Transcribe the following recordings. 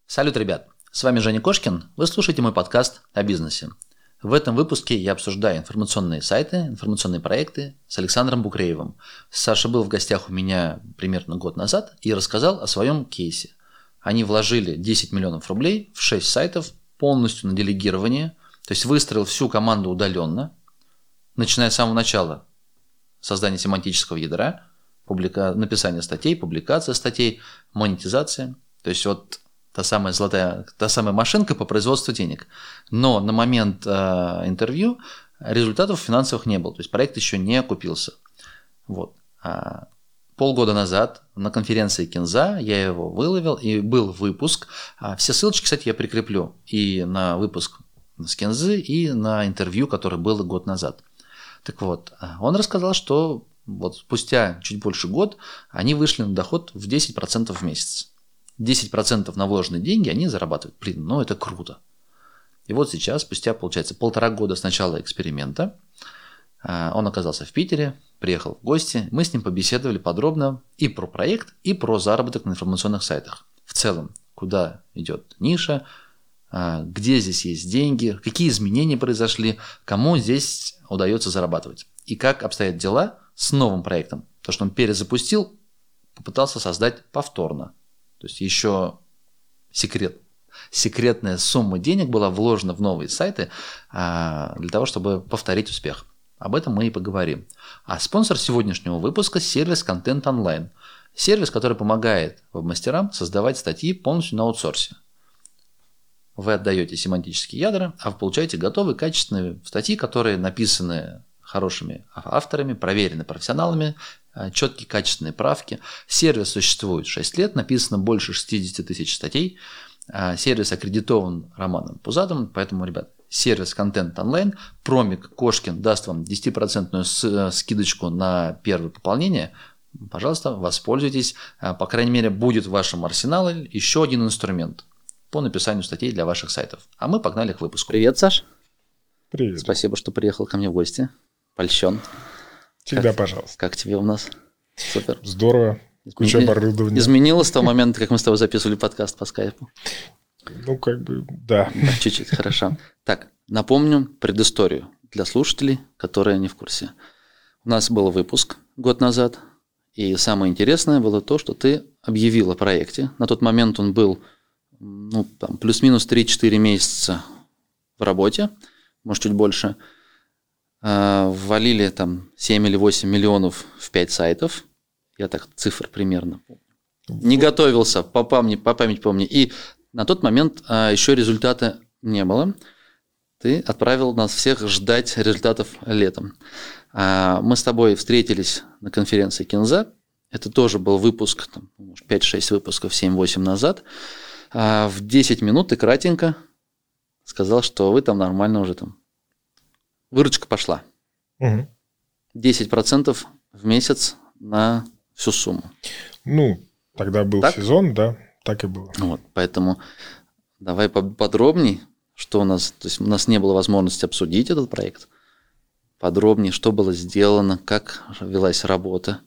Салют, ребят! С вами Женя Кошкин. Вы слушаете мой подкаст о бизнесе. В этом выпуске я обсуждаю информационные сайты, информационные проекты с Александром Букреевым. Саша был в гостях у меня примерно год назад и рассказал о своем кейсе. Они вложили 10 миллионов рублей в 6 сайтов полностью на делегирование, то есть выстроил всю команду удаленно, начиная с самого начала создания семантического ядра, написания статей, публикация статей, монетизация. То есть вот та самая машинка по производству денег. Но на момент интервью результатов финансовых не было. То есть проект еще не окупился. Вот. Полгода назад на конференции Кинза я его выловил, и был выпуск. Все ссылочки, кстати, я прикреплю и на выпуск с Кинзы, и на интервью, которое было год назад. Так вот, он рассказал, что вот спустя чуть больше года они вышли на доход в 10% в месяц. 10% на вложенные деньги они зарабатывают. Блин, ну это круто. И вот сейчас, спустя, получается, 1,5 года с начала эксперимента, он оказался в Питере, приехал в гости. Мы с ним побеседовали подробно и про проект, и про заработок на информационных сайтах. В целом, куда идет ниша, где здесь есть деньги, какие изменения произошли, кому здесь удается зарабатывать. И как обстоят дела с новым проектом. То, что он перезапустил, попытался создать повторно. То есть еще секретная сумма денег была вложена в новые сайты для того, чтобы повторить успех. Об этом мы и поговорим. А спонсор сегодняшнего выпуска – сервис Content Online. Сервис, который помогает веб-мастерам создавать статьи полностью на аутсорсе. Вы отдаете семантические ядра, а вы получаете готовые качественные статьи, которые написаны хорошими авторами, проверены профессионалами, четкие качественные правки. Сервис существует 6 лет, написано больше 60 тысяч статей. Сервис аккредитован Романом Пузатым, поэтому, ребят, сервис Content Online, промик Кошкин даст вам 10% скидочку на первое пополнение. Пожалуйста, воспользуйтесь. По крайней мере, будет в вашем арсенале еще один инструмент по написанию статей для ваших сайтов. А мы погнали к выпуску. Привет, Саш. Привет. Спасибо, что приехал ко мне в гости. Польщен. Всегда, пожалуйста. Как тебе у нас? Супер. Здорово. Куча оборудования. Изменилось с того момента, как мы с тобой записывали подкаст по скайпу? Ну, как бы, да. Чуть-чуть, хорошо. Так, напомню предысторию для слушателей, которые не в курсе. У нас был выпуск год назад, и самое интересное было то, что ты объявил о проекте. На тот момент он был плюс-минус 3-4 месяца в работе, может, чуть больше. Ввалили там 7 или 8 миллионов в 5 сайтов. Я так цифр примерно помню. Не готовился, по памяти помню. И на тот момент еще результата не было. Ты отправил нас всех ждать результатов летом. Мы с тобой встретились на конференции Кинза. Это тоже был выпуск, 5-6 выпусков, 7-8 назад. В 10 минут ты кратенько сказал, что вы там нормально уже там. Выручка пошла. Угу. 10% в месяц на всю сумму. Ну, тогда был сезон, да, так и было. Вот, поэтому давай подробней, что у нас, то есть у нас не было возможности обсудить этот проект, подробнее, что было сделано, как велась работа.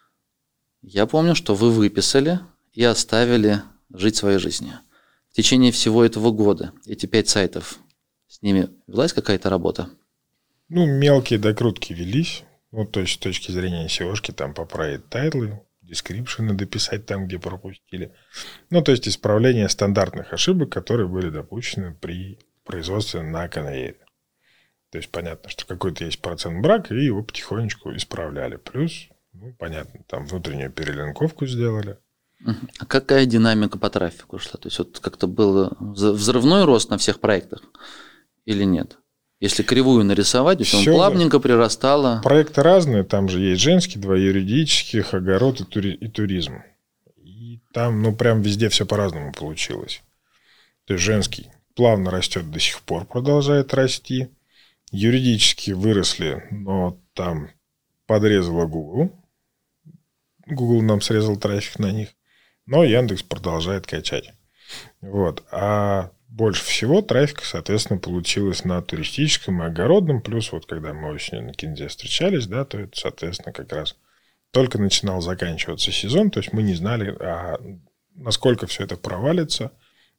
Я помню, что вы выписали и оставили жить своей жизнью. В течение всего этого года эти 5 сайтов, с ними велась какая-то работа? Ну, мелкие докрутки велись. Ну, то есть, с точки зрения SEO-шки, там поправить тайтлы, дескрипшены дописать там, где пропустили. Ну, то есть, исправление стандартных ошибок, которые были допущены при производстве на конвейере. То есть, понятно, что какой-то есть процент брака, и его потихонечку исправляли. Плюс, понятно, там внутреннюю перелинковку сделали. А какая динамика по трафику шла? То есть, вот как-то был взрывной рост на всех проектах или нет? Если кривую нарисовать, то есть он плавненько прирастало. Проекты разные, там же есть женские, 2 юридических, огород и туризм. И там, прям везде все по-разному получилось. То есть женский плавно растет до сих пор, продолжает расти. Юридические выросли, но там подрезало Google. Google нам срезал трафик на них. Но Яндекс продолжает качать. Вот. А больше всего трафика, соответственно, получилось на туристическом и огородном. Плюс вот когда мы осенью на Кинзе встречались, да, то это, соответственно, как раз только начинал заканчиваться сезон. То есть мы не знали, насколько все это провалится.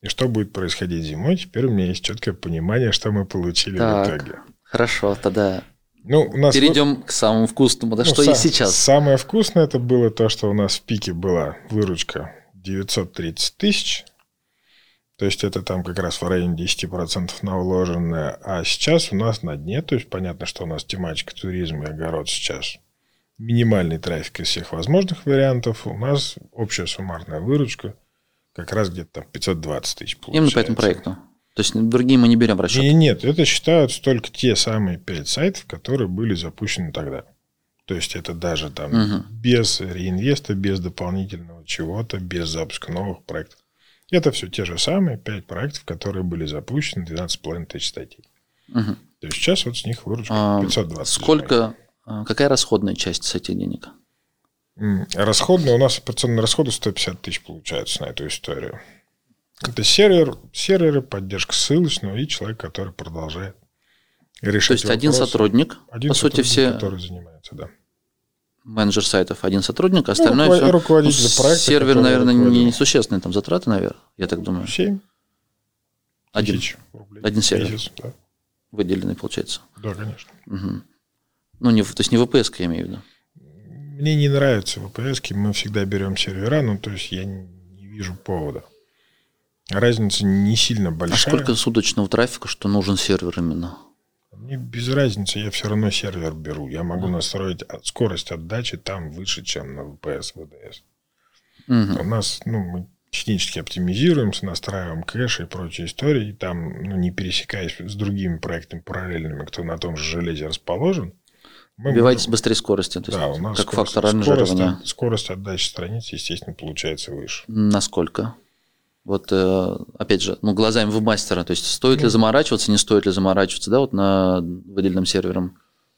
И что будет происходить зимой, теперь у меня есть четкое понимание, что мы получили в итоге. Хорошо, тогда у нас перейдем к самому вкусному. Да что есть сейчас? Самое вкусное это было то, что у нас в пике была выручка 930 тысяч. То есть это там как раз в районе 10% на вложенное. А сейчас у нас на дне, то есть понятно, что у нас тематика туризм и огород сейчас минимальный трафик из всех возможных вариантов. У нас общая суммарная выручка как раз где-то там 520 тысяч получается. Именно по этому проекту? То есть другие мы не берем в расчет? Нет, это считаются только те самые 5 сайтов, которые были запущены тогда. То есть это даже там без реинвеста, без дополнительного чего-то, без запуска новых проектов. Это все те же самые 5 проектов, которые были запущены, 12,5 тысяч статей. То есть сейчас вот с них выручка 520 тысяч. Какая расходная часть с этих денег? Расходные у нас операционные расходы 150 тысяч получаются на эту историю. Это серверы, поддержка ссылочного и человек, который продолжает решать. То есть вопросы. Один сотрудник, по сути, все который занимается, да. Менеджер сайтов один сотрудник, а остальное все. Руководитель проекта. Сервер, наверное, несущественные там затраты, наверное, я так думаю. 7 тысяч рублей. Один сервер. Месяц, да. Выделенный, получается. Да, конечно. То есть не VPS, я имею в виду. Мне не нравятся VPS, мы всегда берем сервера, то есть я не вижу повода. Разница не сильно большая. А сколько суточного трафика, что нужен сервер именно? Мне без разницы, я все равно сервер беру. Я могу настроить скорость отдачи там выше, чем на VPS, VDS. У нас, мы технически оптимизируемся, настраиваем кэш и прочие истории. И там, не пересекаясь с другими проектами параллельными, кто на том же железе расположен. Добивайтесь быстрее скорости. То есть, да, у нас как фактор ранжирования. Скорость отдачи страниц, естественно, получается выше. Насколько? Вот, опять же, глазами вебмастера, то есть стоит ли заморачиваться, не стоит ли заморачиваться, да, вот на выделенным сервером?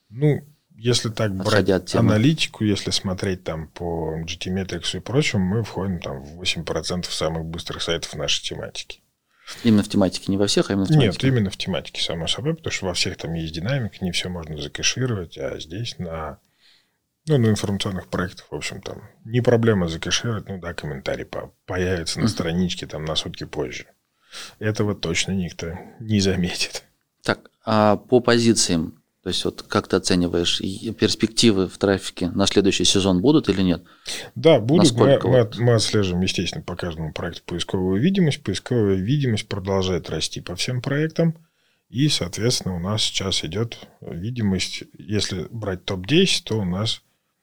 Если так брать аналитику, если смотреть там по GTmetrix и прочему, мы входим там в 8% самых быстрых сайтов нашей тематики. Именно в тематике, не во всех, а именно в тематике? Нет, именно в тематике, само собой, потому что во всех там есть динамика, не все можно закэшировать, а здесь на информационных проектах, в общем, там не проблема закэшировать, комментарий появится на страничке там на сутки позже. Этого точно никто не заметит. Так, а по позициям, то есть вот как ты оцениваешь, перспективы в трафике на следующий сезон будут или нет? Да, будут. Мы отслеживаем, естественно, по каждому проекту поисковую видимость. Поисковая видимость продолжает расти по всем проектам. И, соответственно, у нас сейчас идет видимость, если брать топ-10, то у нас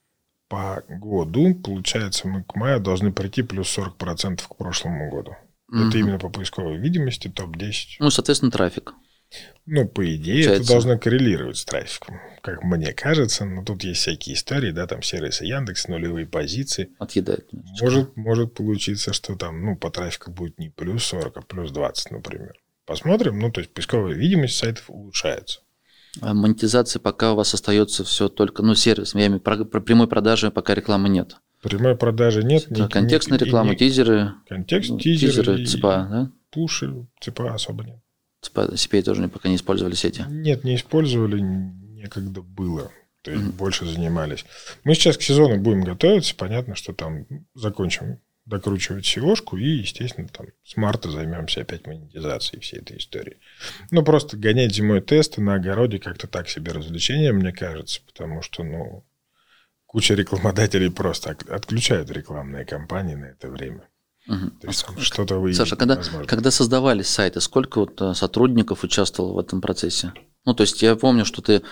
по году, получается, мы к маю должны прийти плюс 40% к прошлому году. Это именно по поисковой видимости топ-10. Соответственно, трафик. По идее, это должно коррелировать с трафиком, как мне кажется. Но тут есть всякие истории, да, там сервисы Яндекс, нулевые позиции. Отъедает. Может получиться, что там, по трафику будет не плюс 40, а плюс 20, например. Посмотрим. То есть поисковая видимость сайтов улучшается. А монетизация пока у вас остается все только, сервис. Я имею в виду, про прямой продажи пока рекламы нет. Прямой продажи нет. Контекстная реклама, тизеры. Тизеры, ЦПА, да? Пуши, ЦПА особо нет. ЦПА, CPA тоже пока не использовали сети? Нет, не использовали, некогда было. То есть больше занимались. Мы сейчас к сезону будем готовиться. Понятно, что там закончим докручивать SEO-шку и, естественно, там с марта займемся опять монетизацией всей этой истории. Просто гонять зимой тесты на огороде как-то так себе развлечение, мне кажется, потому что, куча рекламодателей просто отключают рекламные кампании на это время. То есть что-то выявить Саша, когда создавались сайты, сколько сотрудников участвовало в этом процессе? То есть я помню, что ты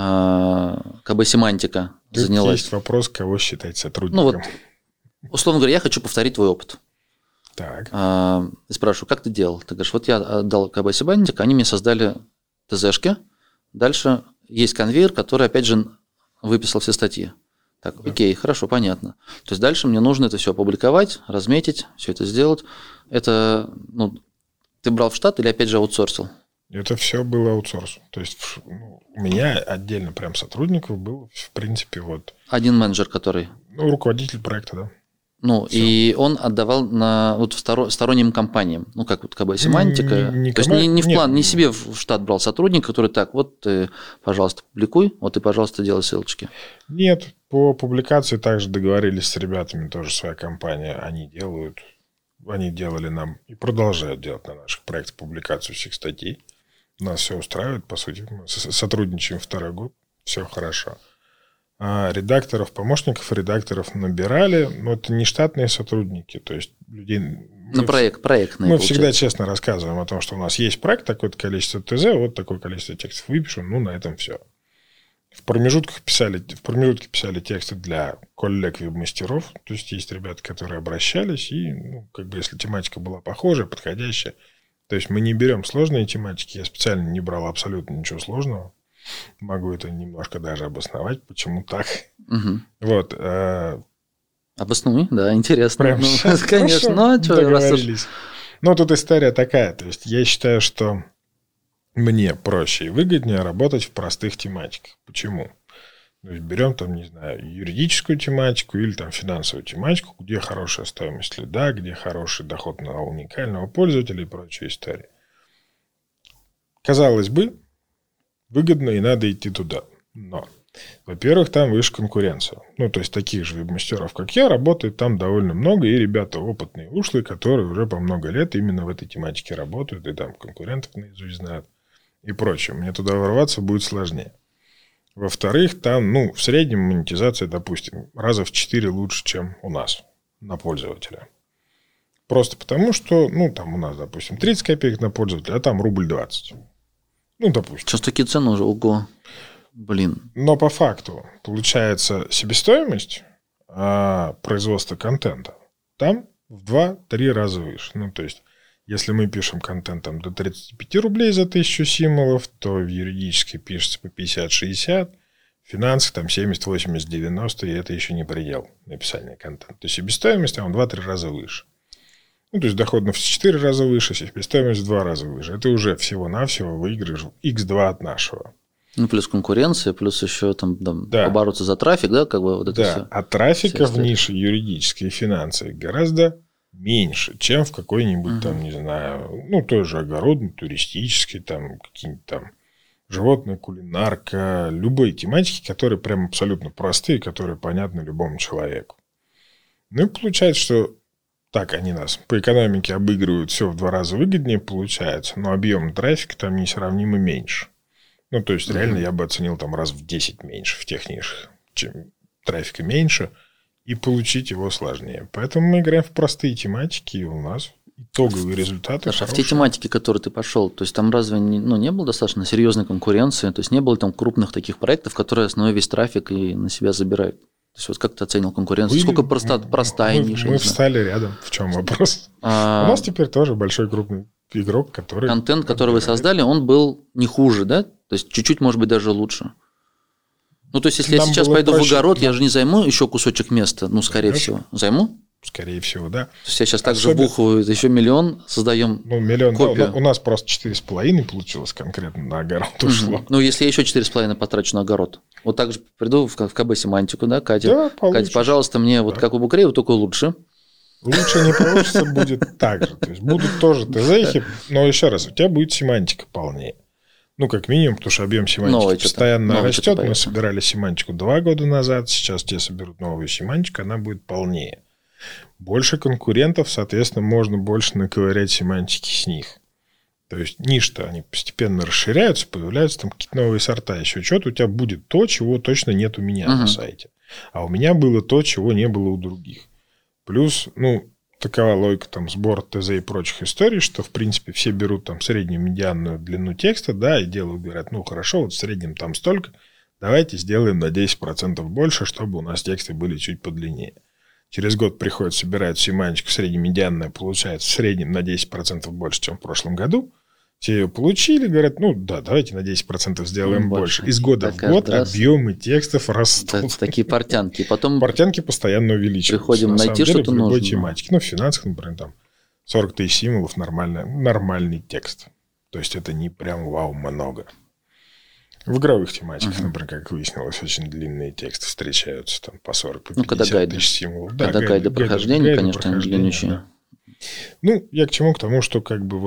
КБ-семантика занялась. Есть вопрос, кого считать сотрудником. Условно говоря, я хочу повторить твой опыт. Так. И спрашиваю, как ты делал? Ты говоришь, я отдал КБ-семантика, они мне создали ТЗшки. Дальше есть конвейер, который, опять же, выписал все статьи. Так, окей, хорошо, понятно. То есть дальше мне нужно это все опубликовать, разметить, все это сделать. Это, ты брал в штат или опять же аутсорсил? Это все было аутсорс. То есть у меня отдельно прям сотрудников был, в принципе, Один менеджер, который? Руководитель проекта, да. И он отдавал сторонним компаниям, как КБ-семантика. То есть не в план, не себе в штат брал сотрудника, который ты, пожалуйста, публикуй, ты, пожалуйста, делай ссылочки. Нет, по публикации также договорились с ребятами, тоже своя компания, они делают. Они делали нам и продолжают делать на наших проектах публикацию всех статей. Нас все устраивает, по сути. Мы сотрудничаем 2-й год, все хорошо. А редакторов, помощников редакторов набирали, но это не штатные сотрудники, то есть людей... На проектные. Мы всегда честно рассказываем о том, что у нас есть проект, такое-то количество ТЗ, вот такое количество текстов выпишем, на этом все. В промежутке писали тексты для коллег веб-мастеров, то есть есть ребята, которые обращались, и если тематика была похожая, подходящая, то есть мы не берем сложные тематики, я специально не брал абсолютно ничего сложного. Могу это немножко даже обосновать, почему так. Угу. Вот. Обоснуй, да, интересно. Прям конечно, но договорились. Но тут история такая. То есть я считаю, что мне проще и выгоднее работать в простых тематиках. Почему? То есть берем там, не знаю, юридическую тематику или там финансовую тематику, где хорошая стоимость лида, где хороший доход на уникального пользователя и прочие истории. Казалось бы, выгодно и надо идти туда. Но, во-первых, там выше конкуренция. То есть таких же веб-мастеров, как я, работает там довольно много. И ребята опытные, ушлые, которые уже по много лет именно в этой тематике работают. И там конкурентов наизусть знают и прочее. Мне туда ворваться будет сложнее. Во-вторых, там, в среднем монетизация, допустим, раза в 4 лучше, чем у нас на пользователя. Просто потому, что, там у нас, допустим, 30 копеек на пользователя, а там рубль 20. Допустим. Сейчас такие цены уже, ого, блин. Но по факту получается себестоимость производства контента там в 2-3 раза выше. То есть, если мы пишем контент там, до 35 рублей за 1000 символов, то в юридической пишется по 50-60, в финансах там 70, 80, 90, и это еще не предел написания контента. То есть, себестоимость там в 2-3 раза выше. То есть, доходность в 4 раза выше, себестоимость в 2 раза выше. Это уже всего-навсего выигрыш x2 от нашего. Плюс конкуренция, плюс еще там побороться за трафик, да, вот это все. А трафика в нише юридической и финансовой гораздо меньше, чем в какой-нибудь там, не знаю, той же огородный, туристический, там какие-нибудь там животная кулинарка, любые тематики, которые прям абсолютно простые, которые понятны любому человеку. И получается, что так они нас по экономике обыгрывают, все в 2 раза выгоднее получается, но объем трафика там несравнимо меньше. То есть, реально я бы оценил там раз в 10 меньше в тех нишах, чем трафика меньше, и получить его сложнее. Поэтому мы играем в простые тематики, и у нас итоговые результаты хорошие. А в те тематики, в которые ты пошел, то есть там разве не было достаточно серьезной конкуренции, то есть не было там крупных таких проектов, которые основной весь трафик и на себя забирают? То есть, как ты оценил конкуренцию? Сколько простая ниша? Мы встали рядом. В чем вопрос? У нас теперь тоже большой крупный игрок, который... Контент, который вы создали, он был не хуже, да? То есть, чуть-чуть, может быть, даже лучше. То есть, если я сейчас пойду в огород, я же не займу еще кусочек места, скорее всего. Займу? Скорее всего, да. То есть, я сейчас также вбухиваю еще миллион, создаем миллион, копию. Да, у нас просто 4,5 получилось конкретно на огород ушло. Если я еще 4,5 потрачу на огород. Вот так же приду в КБ Семантику, да, Катя? Да, Катя, пожалуйста, мне вот как у Букреева, только лучше. Лучше не получится, будет так же. То есть, будут тоже ТЗ-хи, но еще раз, у тебя будет семантика полнее. как минимум, потому что объем семантики постоянно растет. Мы собирали семантику 2 года назад, сейчас те соберут новую семантику, она будет полнее. Больше конкурентов, соответственно, можно больше наковырять семантики с них. То есть, ниши-то они постепенно расширяются, появляются там какие-то новые сорта, еще что-то. У тебя будет то, чего точно нет у меня на сайте. А у меня было то, чего не было у других. Плюс, такова логика там сбора ТЗ и прочих историй, что, в принципе, все берут там среднюю медианную длину текста, да, и дело убирать. Хорошо, вот в среднем там столько, давайте сделаем на 10% больше, чтобы у нас тексты были чуть подлиннее. Через год приходит, собирает семантику, среднемедианная получается в среднем на 10% больше, чем в прошлом году. Все ее получили, говорят, давайте на 10% сделаем больше. Из года в год объемы текстов растут. Такие портянки. Потом портянки постоянно увеличиваются. Приходим найти что-то нужное. В любой тематике. В финансах, например, там 40 тысяч символов нормальный текст. То есть, это не прям вау много. В игровых тематиках, например, как выяснилось, очень длинные тексты встречаются там по 40, по 50 тысяч символов. Когда гайды прохождения, конечно, они длиннющие. Да. Я к чему? К тому, что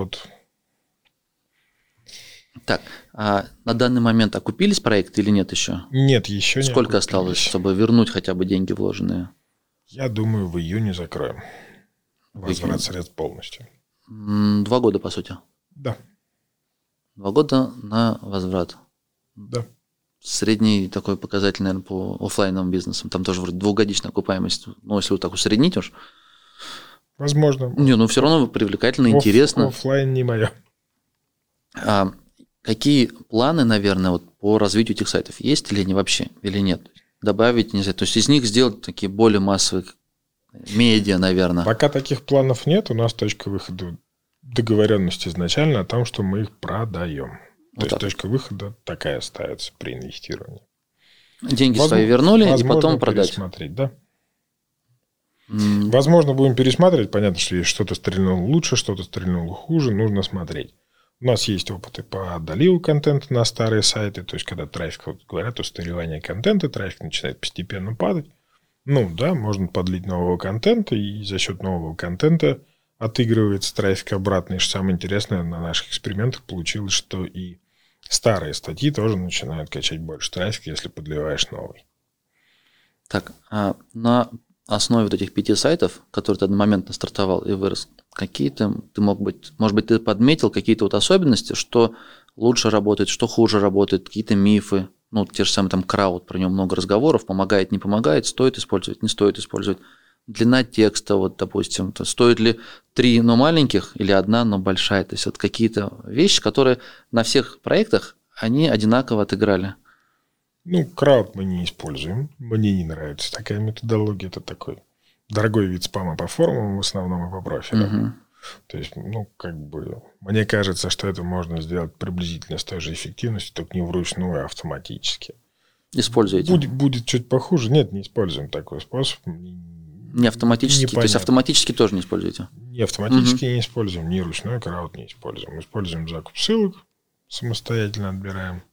Так, а на данный момент окупились проекты или нет еще? Нет, еще не. Сколько осталось, чтобы вернуть хотя бы деньги вложенные? Я думаю, в июне закроем. Возврат средств полностью. 2 года, по сути. Да. 2 года на возврат. Да. Средний такой показатель, наверное, по офлайновым бизнесам. Там тоже вроде 2-годичная окупаемость. Но если вот так усреднить уж. Возможно. Не, ну все равно привлекательно, интересно. Офлайн не мое. А какие планы, наверное, вот по развитию этих сайтов? Есть или они вообще, или нет? Добавить, не знаю, то есть из них сделать такие более массовые медиа, наверное. Пока таких планов нет, у нас точка выхода договоренность изначально о том, что мы их продаем. То есть точка выхода такая ставится при инвестировании. Деньги свои вернули и потом продать. Пересмотреть, да. Возможно, будем пересматривать. Понятно, что есть что-то стрельнуло лучше, что-то стрельнуло хуже. Нужно смотреть. У нас есть опыты по доливу контента на старые сайты. То есть, когда трафик, вот говорят, устаревание контента, трафик начинает постепенно падать. Ну, да, можно подлить нового контента, и за счет нового контента отыгрывается трафик обратно. И что самое интересное, на наших экспериментах получилось, что и старые статьи тоже начинают качать больше трафика, если подливаешь новый. Так, а на основе вот этих 5 сайтов, которые ты одномоментно стартовал и вырос, какие-то ты может быть, ты подметил какие-то вот особенности, что лучше работает, что хуже работает, какие-то мифы, ну, те же самые там крауд, про него много разговоров, помогает, не помогает, стоит использовать, не стоит использовать. Длина текста, вот, допустим, стоит ли 3, но маленьких, или 1, но большая. То есть вот какие-то вещи, которые на всех проектах, они одинаково отыграли. Ну, крауд мы не используем. Мне не нравится такая методология. Это такой дорогой вид спама по форумам, в основном, и по профилям. Угу. То есть, ну, как бы, мне кажется, что это можно сделать приблизительно с той же эффективностью, только не вручную, а автоматически. Используете? Будет чуть похуже. Нет, не используем такой способ. Не автоматически? То есть автоматически тоже не используете? Не автоматически не используем, ни ручной крауд не используем. Используем закуп ссылок, самостоятельно отбираем.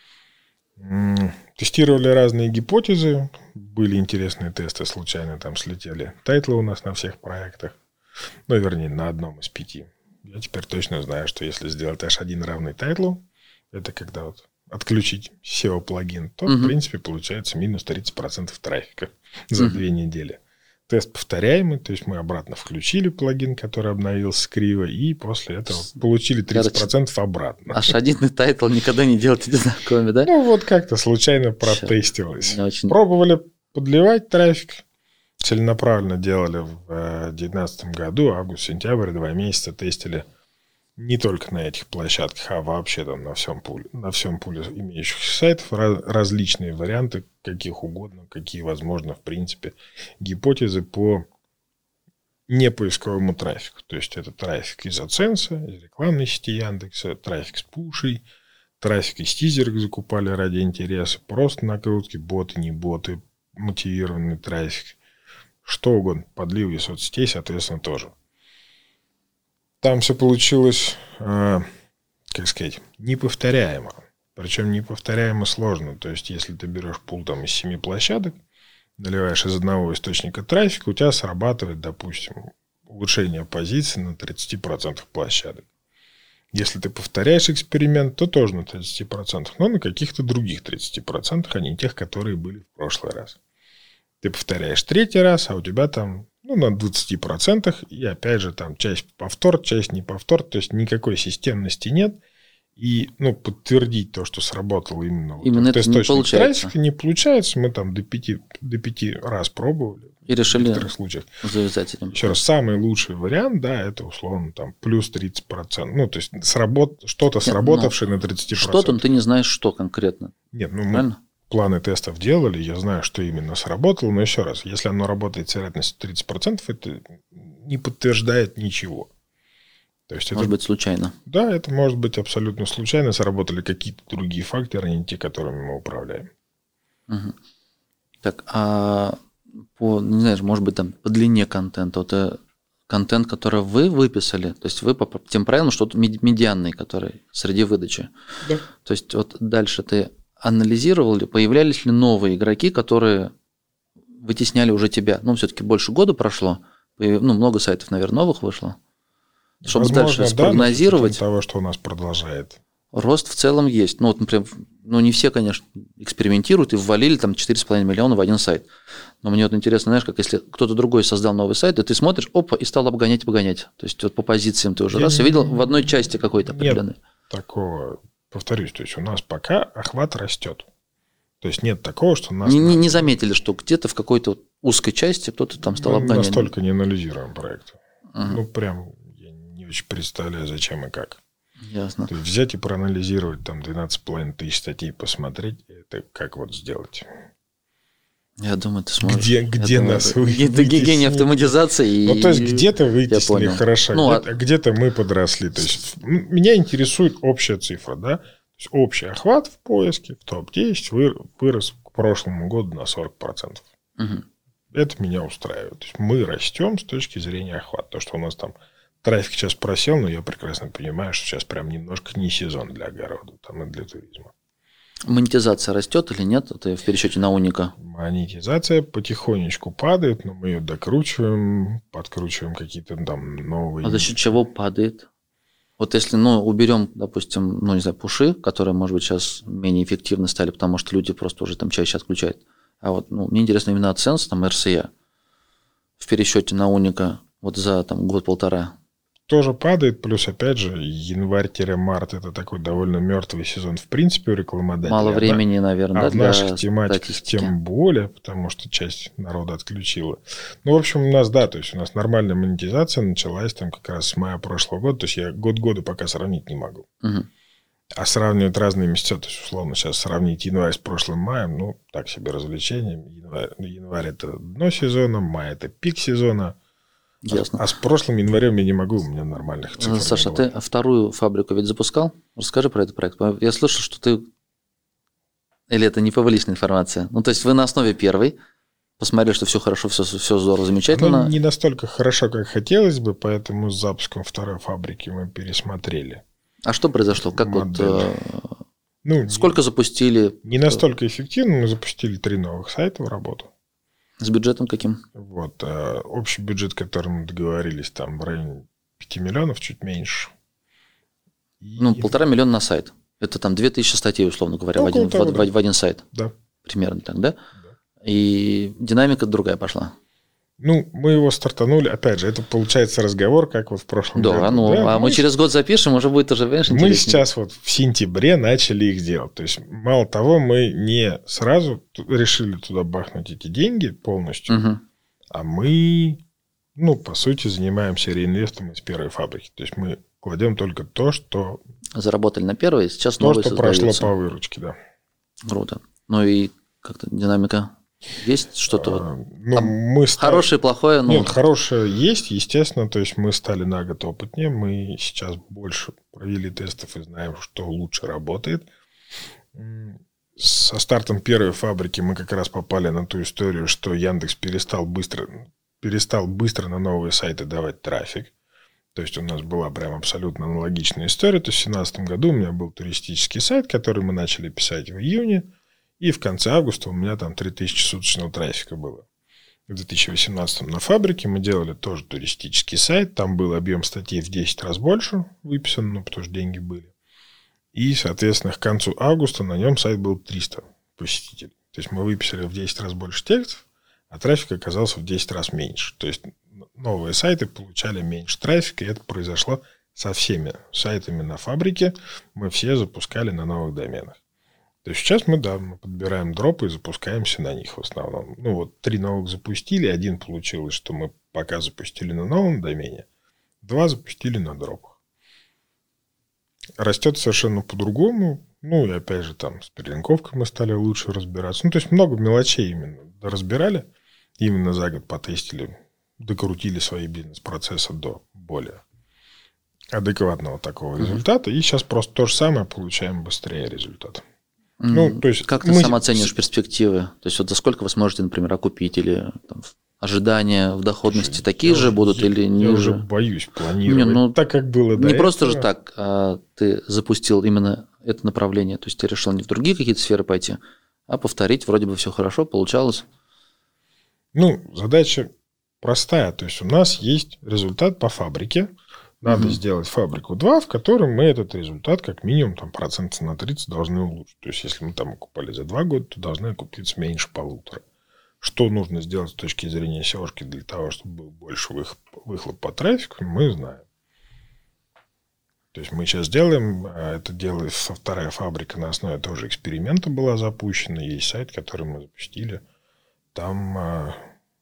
Тестировали разные гипотезы. Были интересные тесты, случайно там слетели тайтлы у нас на всех проектах. Ну, вернее, на одном из 5. Я теперь точно знаю, что если сделать H1 равный тайтлу, это когда вот отключить SEO-плагин, то, в принципе, получается минус 30% трафика за 2 недели. Тест повторяемый, то есть мы обратно включили плагин, который обновился криво, и после этого получили 30% обратно. H1 тайтл никогда не делать одинаковыми, да? Ну, вот как-то случайно протестилось. Пробовали подливать трафик, целенаправленно делали в 2019 году, август-сентябрь, 2 месяца тестили не только на этих площадках, а вообще там на всем пуле имеющихся сайтов, различные варианты, каких угодно, какие возможно, в принципе, гипотезы по непоисковому трафику. То есть, это трафик из AdSense, из рекламной сети Яндекса, трафик с пушей, трафик из тизерок закупали ради интереса, просто накрутки, боты, не боты, мотивированный трафик, что угодно, подливы из соцсетей, соответственно, тоже. Там все получилось, как сказать, неповторяемо. Причем неповторяемо сложно. То есть, если ты берешь пул там из 7 площадок, наливаешь из одного источника трафика, у тебя срабатывает, допустим, улучшение позиции на 30% площадок. Если ты повторяешь эксперимент, то тоже на 30%, но на каких-то других 30%, а не тех, которые были в прошлый раз. Ты повторяешь 3-й раз, а у тебя там на 20%, и опять же там часть повтор, часть не повтор, то есть никакой системности нет. И подтвердить то, что сработало именно это источник трафика, не получается. Мы там до 5 раз пробовали. И решили в некоторых случаях завязать этим. Еще раз, самый лучший вариант, да, это условно там плюс 30%. Ну, то есть что-то сработавшее на 30%. Что-то, ты не знаешь, что конкретно. Нет, мы планы тестов делали, я знаю, что именно сработало, но еще раз, если оно работает с вероятностью 30%, это не подтверждает ничего. То есть может быть случайно. Да, это может быть абсолютно случайно. Сработали какие-то другие факторы, не те, которыми мы управляем. Угу. Так, а не знаешь, может быть, там по длине контента, это контент, который вы выписали, то есть вы по тем правилам, что-то медианный, который среди выдачи. Да. То есть вот дальше ты анализировал ли, появлялись ли новые игроки, которые вытесняли уже тебя? Все-таки больше года прошло, много сайтов, наверное, новых вышло. Чтобы возможно, дальше спрогнозировать. Того, что у нас продолжает Рост в целом есть. Ну, вот, например, не все, конечно, экспериментируют и ввалили там 4,5 миллиона в один сайт. Но мне вот интересно, знаешь, как если кто-то другой создал новый сайт, и ты смотришь, опа, и стал обгонять. То есть вот по позициям ты уже видел в одной части какой-то определенной. Нет такого, повторюсь, то есть у нас пока охват растет. То есть нет такого, что нас... Не заметили, что где-то в какой-то узкой части кто-то там стал обгонять. Мы настолько не анализируем проекты. Прям я не очень представляю, зачем и как. Ясно. То есть взять и проанализировать там 12,5 тысяч статей, посмотреть, это как вот сделать? Я думаю, ты сможешь. Где нас вытеснили? Ты гений автоматизации. То есть где-то вытеснили хорошо, где-то мы подросли. То есть меня интересует общая цифра, да? То есть общий охват в поиске в топ-10 вырос к прошлому году на 40%. Это меня устраивает. То есть мы растем с точки зрения охвата. То, что у нас там трафик сейчас просел, но я прекрасно понимаю, что сейчас прям немножко не сезон для огорода, там и для туризма. Монетизация растет или нет? Это в пересчете на Уника. Монетизация потихонечку падает, но мы ее докручиваем, подкручиваем какие-то там новые. А за счет чего падает? Вот если, уберем, допустим, не знаю, пуши, которые, может быть, сейчас менее эффективны стали, потому что люди просто уже там чаще отключают. А вот, мне интересно именно AdSense, там, RCA в пересчете на Уника вот за там год-полтора. Тоже падает, плюс, опять же, январь-март – это такой довольно мертвый сезон, в принципе, у рекламодателей. Мало времени, наверное, в наших тематиках тем более, потому что часть народа отключила. В общем, у нас, то есть у нас нормальная монетизация началась там как раз с мая прошлого года, то есть я год года пока сравнить не могу. А сравнивать разные месяца, то есть, условно, сейчас сравнить январь с прошлым маем, так себе развлечение. Январь – это дно сезона, май – это пик сезона. Ясно. А с прошлым январем я не могу, у меня нормальных цифр. Саша, ты вторую фабрику ведь запускал? Расскажи про этот проект. Я слышал, что ты... Или это не публичная информация? То есть вы на основе первой посмотрели, что все хорошо, все здорово, замечательно. Не настолько хорошо, как хотелось бы, поэтому с запуском второй фабрики мы пересмотрели. А что произошло? Как сколько запустили? Не настолько эффективно, мы запустили 3 новых сайта в работу. С бюджетом каким? Общий бюджет, который мы договорились, там в районе 5 миллионов, чуть меньше. 1,5 миллиона на сайт. Это там 2000 статей, условно говоря, в один сайт. Да. Примерно так, да? И динамика другая пошла. Мы его стартанули, опять же, это получается разговор, как вот в прошлом году. А мы через год запишем, уже будет интереснее. Мы сейчас в сентябре начали их делать. То есть, мало того, мы не сразу решили туда бахнуть эти деньги полностью, а мы, по сути, занимаемся реинвестом из первой фабрики. То есть, мы кладем только то, что... Заработали на первой, сейчас то, что прошло по выручке, да. Круто. И как-то динамика... Есть что-то хорошее, плохое? Нет, хорошее есть, естественно. То есть мы стали на год опытнее. Мы сейчас больше провели тестов и знаем, что лучше работает. Со стартом первой фабрики мы как раз попали на ту историю, что Яндекс перестал быстро на новые сайты давать трафик. То есть у нас была прям абсолютно аналогичная история. То есть в 2017 году у меня был туристический сайт, который мы начали писать в июне. И в конце августа у меня там 3000 суточного трафика было. В 2018 на фабрике мы делали тоже туристический сайт. Там был объем статей в 10 раз больше выписан, потому что деньги были. И, соответственно, к концу августа на нем сайт был 300 посетителей. То есть мы выписали в 10 раз больше текстов, а трафик оказался в 10 раз меньше. То есть новые сайты получали меньше трафика, и это произошло со всеми сайтами на фабрике. Мы все запускали на новых доменах. То есть сейчас мы подбираем дропы и запускаемся на них в основном. 3 новых запустили, 1 получилось, что мы пока запустили на новом домене, 2 запустили на дропах. Растет совершенно по-другому. И опять же, там с перелинковкой мы стали лучше разбираться. То есть много мелочей именно разбирали. Именно за год потестили, докрутили свои бизнес-процессы до более адекватного такого результата. И сейчас просто то же самое получаем быстрее результат. То есть как ты сам оцениваешь перспективы? То есть за сколько вы сможете, например, окупить? Или ожидания в доходности такие же будут или ниже? Я уже боюсь планировать так, как было до этого. Не просто же так, а ты запустил именно это направление. То есть ты решил не в другие какие-то сферы пойти, а повторить. Вроде бы все хорошо, получалось. Задача простая. То есть у нас есть результат по фабрике. Надо сделать фабрику 2, в которой мы этот результат как минимум там, процентов на 30 должны улучшить. То есть, если мы там окупали за 2 года, то должны окупиться меньше 1,5. Что нужно сделать с точки зрения SEO-шки для того, чтобы был больше выхлоп по трафику, мы знаем. То есть, мы сейчас делаем, это делает вторая фабрика на основе тоже эксперимента была запущена. Есть сайт, который мы запустили. Там,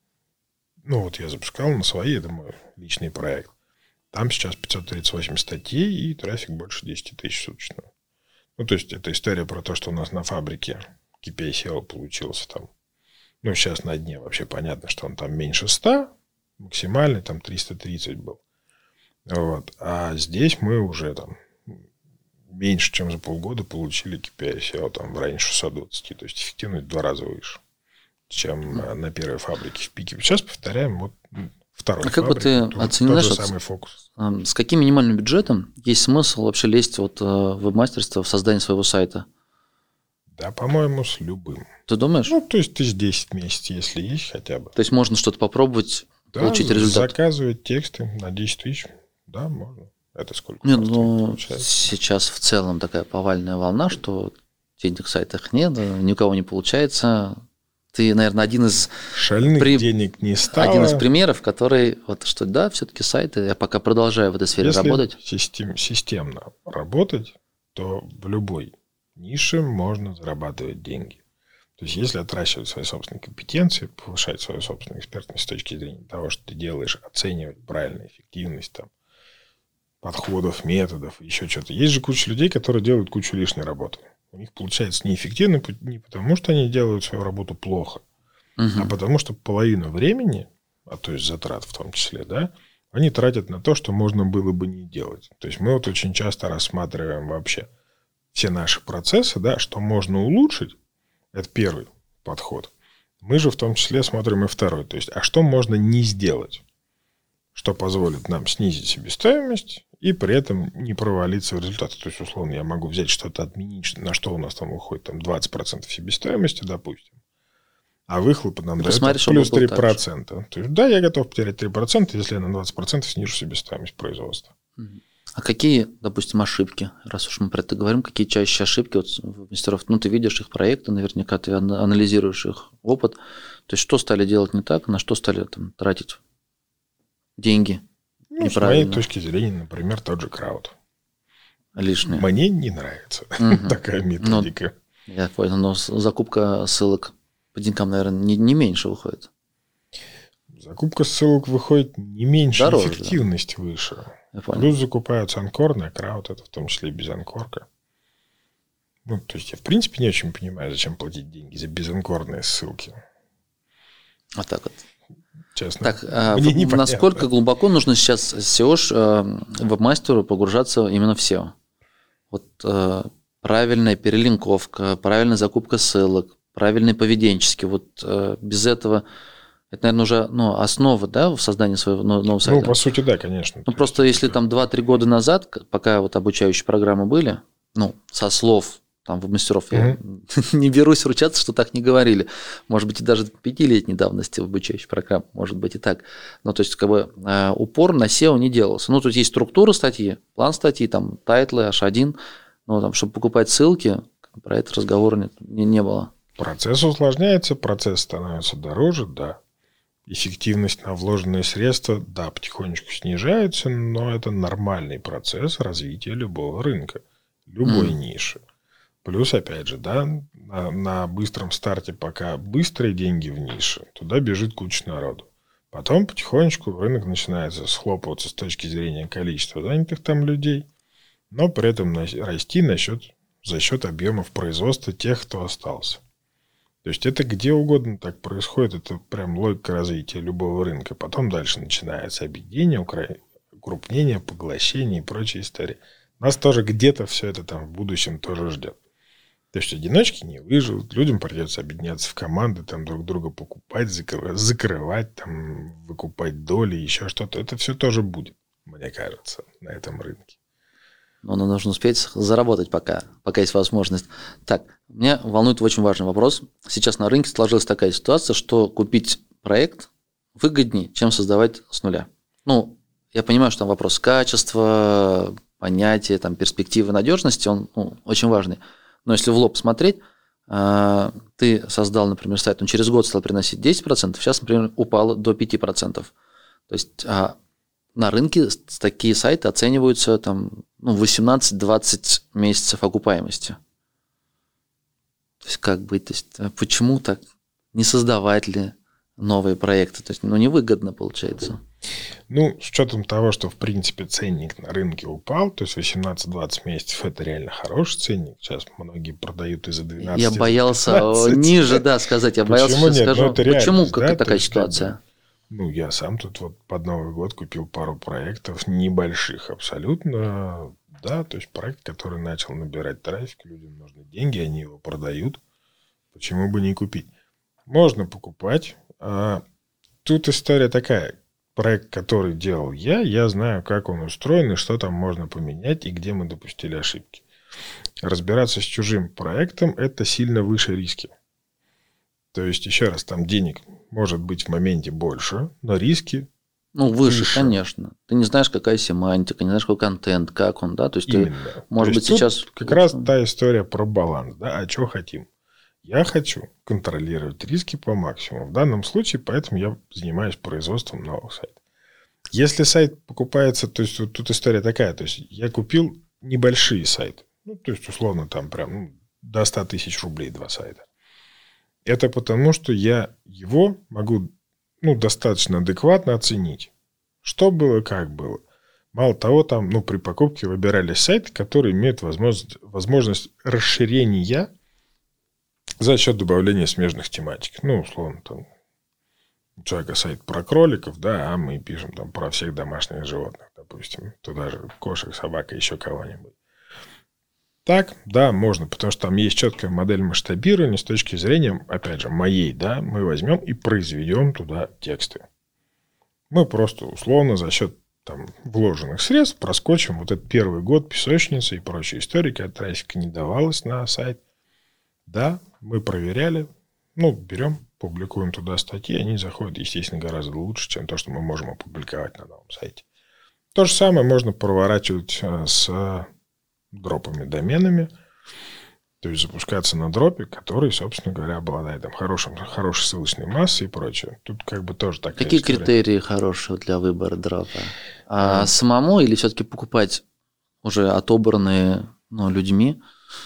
я запускал на свои, это мой личный проект. Там сейчас 538 статей и трафик больше 10 тысяч суточно. То есть, это история про то, что у нас на фабрике KPI SEO получился там. Сейчас на дне вообще понятно, что он там меньше 100, максимальный там 330 был. А здесь мы уже там меньше, чем за полгода получили KPI SEO там в районе 620. То есть, эффективность в 2 раза выше, чем на первой фабрике в пике. Сейчас повторяем второй фабрику. Как бы ты оценил, тот же самый фокус. С каким минимальным бюджетом есть смысл вообще лезть в веб-мастерство в создание своего сайта? Да, по-моему, с любым. Ты думаешь? То есть 10 в месяц, если есть хотя бы. То есть можно что-то попробовать, получить результат? Заказывать тексты на 10 тысяч. Да, можно. Это сколько? Сейчас в целом такая повальная волна, что денег в сайтах нет, ни у кого не получается. Ты, наверное, один из... Шальных денег не стало. Один из примеров, который... все-таки сайты, я пока продолжаю в этой сфере работать. Если системно работать, то в любой нише можно зарабатывать деньги. То есть, если отращивать свои собственные компетенции, повышать свою собственную экспертность с точки зрения того, что ты делаешь, оценивать правильно эффективность там, подходов, методов, еще что-то. Есть же куча людей, которые делают кучу лишней работы. У них получается неэффективно не потому, что они делают свою работу плохо, а потому что половину времени, то есть затрат в том числе, да, они тратят на то, что можно было бы не делать. То есть, мы очень часто рассматриваем вообще все наши процессы, да, что можно улучшить. Это первый подход. Мы же в том числе смотрим и второй. То есть, а что можно не сделать, что позволит нам снизить себестоимость и при этом не провалиться в результаты. То есть, условно, я могу взять что-то, отменить, на что у нас там уходит там, 20% себестоимости, допустим, а выхлопы нам дают плюс 3%. То есть, да, я готов потерять 3%, если я на 20% снижу себестоимость производства. А какие, допустим, ошибки, раз уж мы про это говорим, какие чаще ошибки мастеров? Ты видишь их проекты, наверняка ты анализируешь их опыт. То есть, что стали делать не так, на что стали тратить деньги с моей точки зрения, например, тот же крауд. Лишнее. Мне не нравится такая методика. Я понял, но закупка ссылок по деньгам, наверное, не меньше выходит. Закупка ссылок выходит не меньше, дороже, эффективность выше. Плюс закупаются анкорные, крауд, это в том числе и без анкорка. То есть, я в принципе не очень понимаю, зачем платить деньги за безанкорные ссылки. Вот так вот. Честно. Так, насколько глубоко нужно сейчас SEO веб-мастеру погружаться именно в SEO? Правильная перелинковка, правильная закупка ссылок, правильный поведенческий. Без этого... Это, наверное, уже основа, да, в создании своего нового сайта? По сути, да, конечно. Просто если там 2-3 года назад, пока обучающие программы были, со слов веб-мастеров, я не берусь ручаться, что так не говорили. Может быть, и даже 5-летней давности в обучающей программе, может быть и так. То есть, упор на SEO не делался. Тут есть структура статьи, план статьи, тайтлы, H1, чтобы покупать ссылки, про это разговора не было. Процесс усложняется, процесс становится дороже, да. Эффективность на вложенные средства, да, потихонечку снижается, но это нормальный процесс развития любого рынка, любой ниши. Плюс, опять же, да, на быстром старте, пока быстрые деньги в нише, туда бежит куча народу. Потом потихонечку рынок начинается схлопываться с точки зрения количества занятых там людей, но при этом расти за счет объемов производства тех, кто остался. То есть, это где угодно так происходит. Это прям логика развития любого рынка. Потом дальше начинается объединение, укрупнение, поглощение и прочие истории. Нас тоже где-то все это в будущем тоже ждет. То есть, одиночки не выживут. Людям придется объединяться в команды, друг друга покупать, закрывать, выкупать доли, еще что-то. Это все тоже будет, мне кажется, на этом рынке. Но нужно успеть заработать пока есть возможность. Так, меня волнует очень важный вопрос. Сейчас на рынке сложилась такая ситуация, что купить проект выгоднее, чем создавать с нуля. я понимаю, что там вопрос качества, понятия, там, перспективы надежности, он очень важный. Но если в лоб смотреть, ты создал, например, сайт, он через год стал приносить 10%, сейчас, например, упало до 5%. То есть на рынке такие сайты оцениваются там, 18-20 месяцев окупаемости. То есть как быть? То есть, почему так? Не создавать ли новые проекты? То есть, невыгодно получается. С учетом того, что, в принципе, ценник на рынке упал, то есть 18-20 месяцев – это реально хороший ценник. Сейчас многие продают и за 12. Я боялся ниже, сказать. Я боялся, что скажу. Почему такая ситуация? Я сам тут под Новый год купил пару проектов небольших абсолютно. Да, то есть проект, который начал набирать трафик, людям нужны деньги, они его продают. Почему бы не купить? Можно покупать. Тут история такая. Проект, который делал я знаю, как он устроен и что там можно поменять и где мы допустили ошибки. Разбираться с чужим проектом – это сильно выше риски. То есть, еще раз, там денег может быть в моменте больше, но риски выше, конечно. Ты не знаешь, какая семантика, не знаешь, какой контент, как он, да? То есть, именно. Может быть, сейчас... Как раз та история про баланс, да, а что хотим? Я хочу контролировать риски по максимуму. В данном случае, поэтому я занимаюсь производством новых сайтов. Если сайт покупается, то есть, тут история такая, то есть, я купил небольшие сайты. То есть, условно, там прям до 100 тысяч рублей 2 сайта. Это потому, что я его могу достаточно адекватно оценить. Что было, как было. Мало того, там при покупке выбирались сайты, которые имеют возможность расширения за счет добавления смежных тематик. Условно, там у человека сайт про кроликов, да, а мы пишем там про всех домашних животных, допустим. Туда же кошек, собак и еще кого-нибудь. Так, да, можно, потому что там есть четкая модель масштабирования с точки зрения, опять же, моей, да, мы возьмем и произведем туда тексты. Мы просто условно за счет там вложенных средств проскочим вот этот первый год песочницы и прочие истории, когда трафика не давалось на сайт. Да, мы проверяли, берем, публикуем туда статьи, они заходят, естественно, гораздо лучше, чем то, что мы можем опубликовать на новом сайте. То же самое можно проворачивать с дропами, доменами, то есть запускаться на дропе, который, собственно говоря, обладает там хорошей ссылочной массой и прочее. Тут как бы тоже такая Какие история. Критерии хорошего для выбора дропа? Самому или все-таки покупать уже отобранные людьми?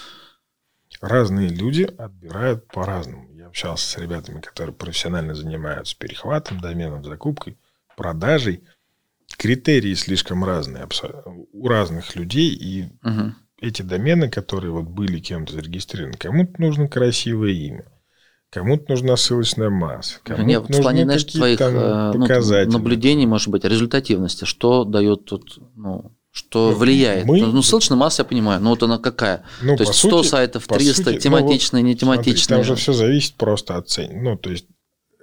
Разные люди отбирают по-разному. Я общался с ребятами, которые профессионально занимаются перехватом доменов, закупкой, продажей. Критерии слишком разные у разных людей. И эти домены, которые были кем-то зарегистрированы, кому-то нужно красивое имя, кому-то нужна ссылочная масса, кому-то нужны в плане, твоих показатели. Наблюдений, может быть, результативности. Что дает тут... Что влияет? Ссылочная масса, я понимаю. Но она какая? То есть 100 сайтов, 300, тематичные, не тематичные. Смотри, там же все зависит просто от цены. То есть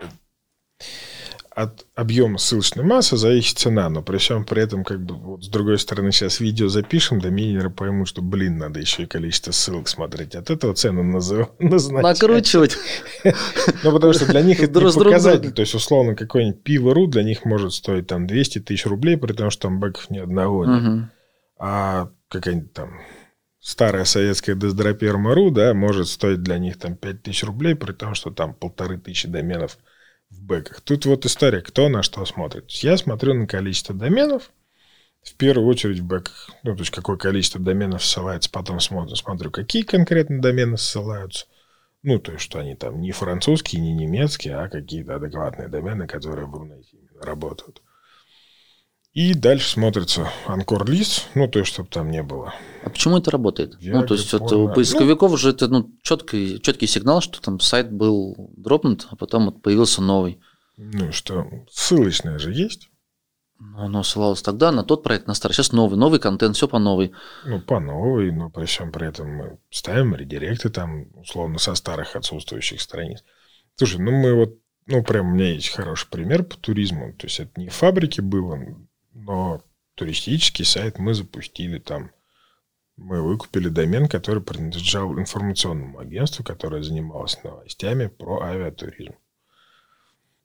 от объема ссылочной массы зависит цена, но при всем при этом, с другой стороны, сейчас видео запишем, доменеры поймут, что, надо еще и количество ссылок смотреть. От этого цену назначать. Накручивать. Потому что для них это не показатель. То есть, условно, какой-нибудь Пиво.ру для них может стоить там 200 тысяч рублей, при том, что там бэков ни одного нет. А какая-нибудь там старая советская Дездроперма.ру, да, может стоить для них там 5000 рублей, при том, что там 1500 доменов в бэках. Тут история, кто на что смотрит. Я смотрю на количество доменов, в первую очередь в бэках. То есть, какое количество доменов ссылается, потом смотрю, какие конкретно домены ссылаются. То есть, что они там не французские, не немецкие, а какие-то адекватные домены, которые в Рунете именно работают. И дальше смотрится анкор-лист, то есть, чтобы там не было. А почему это работает? То есть, у поисковиков же это четкий сигнал, что там сайт был дропнут, а потом появился новый. Что ссылочная же есть. Оно ссылалось тогда на тот проект, на старый. Сейчас новый контент, все по новой. По новой, но при всем при этом мы ставим редиректы там, условно, со старых отсутствующих страниц. Слушай, прям у меня есть хороший пример по туризму. То есть, это не в фабрике было, но туристический сайт мы запустили там. Мы выкупили домен, который принадлежал информационному агентству, которое занималось новостями про авиатуризм.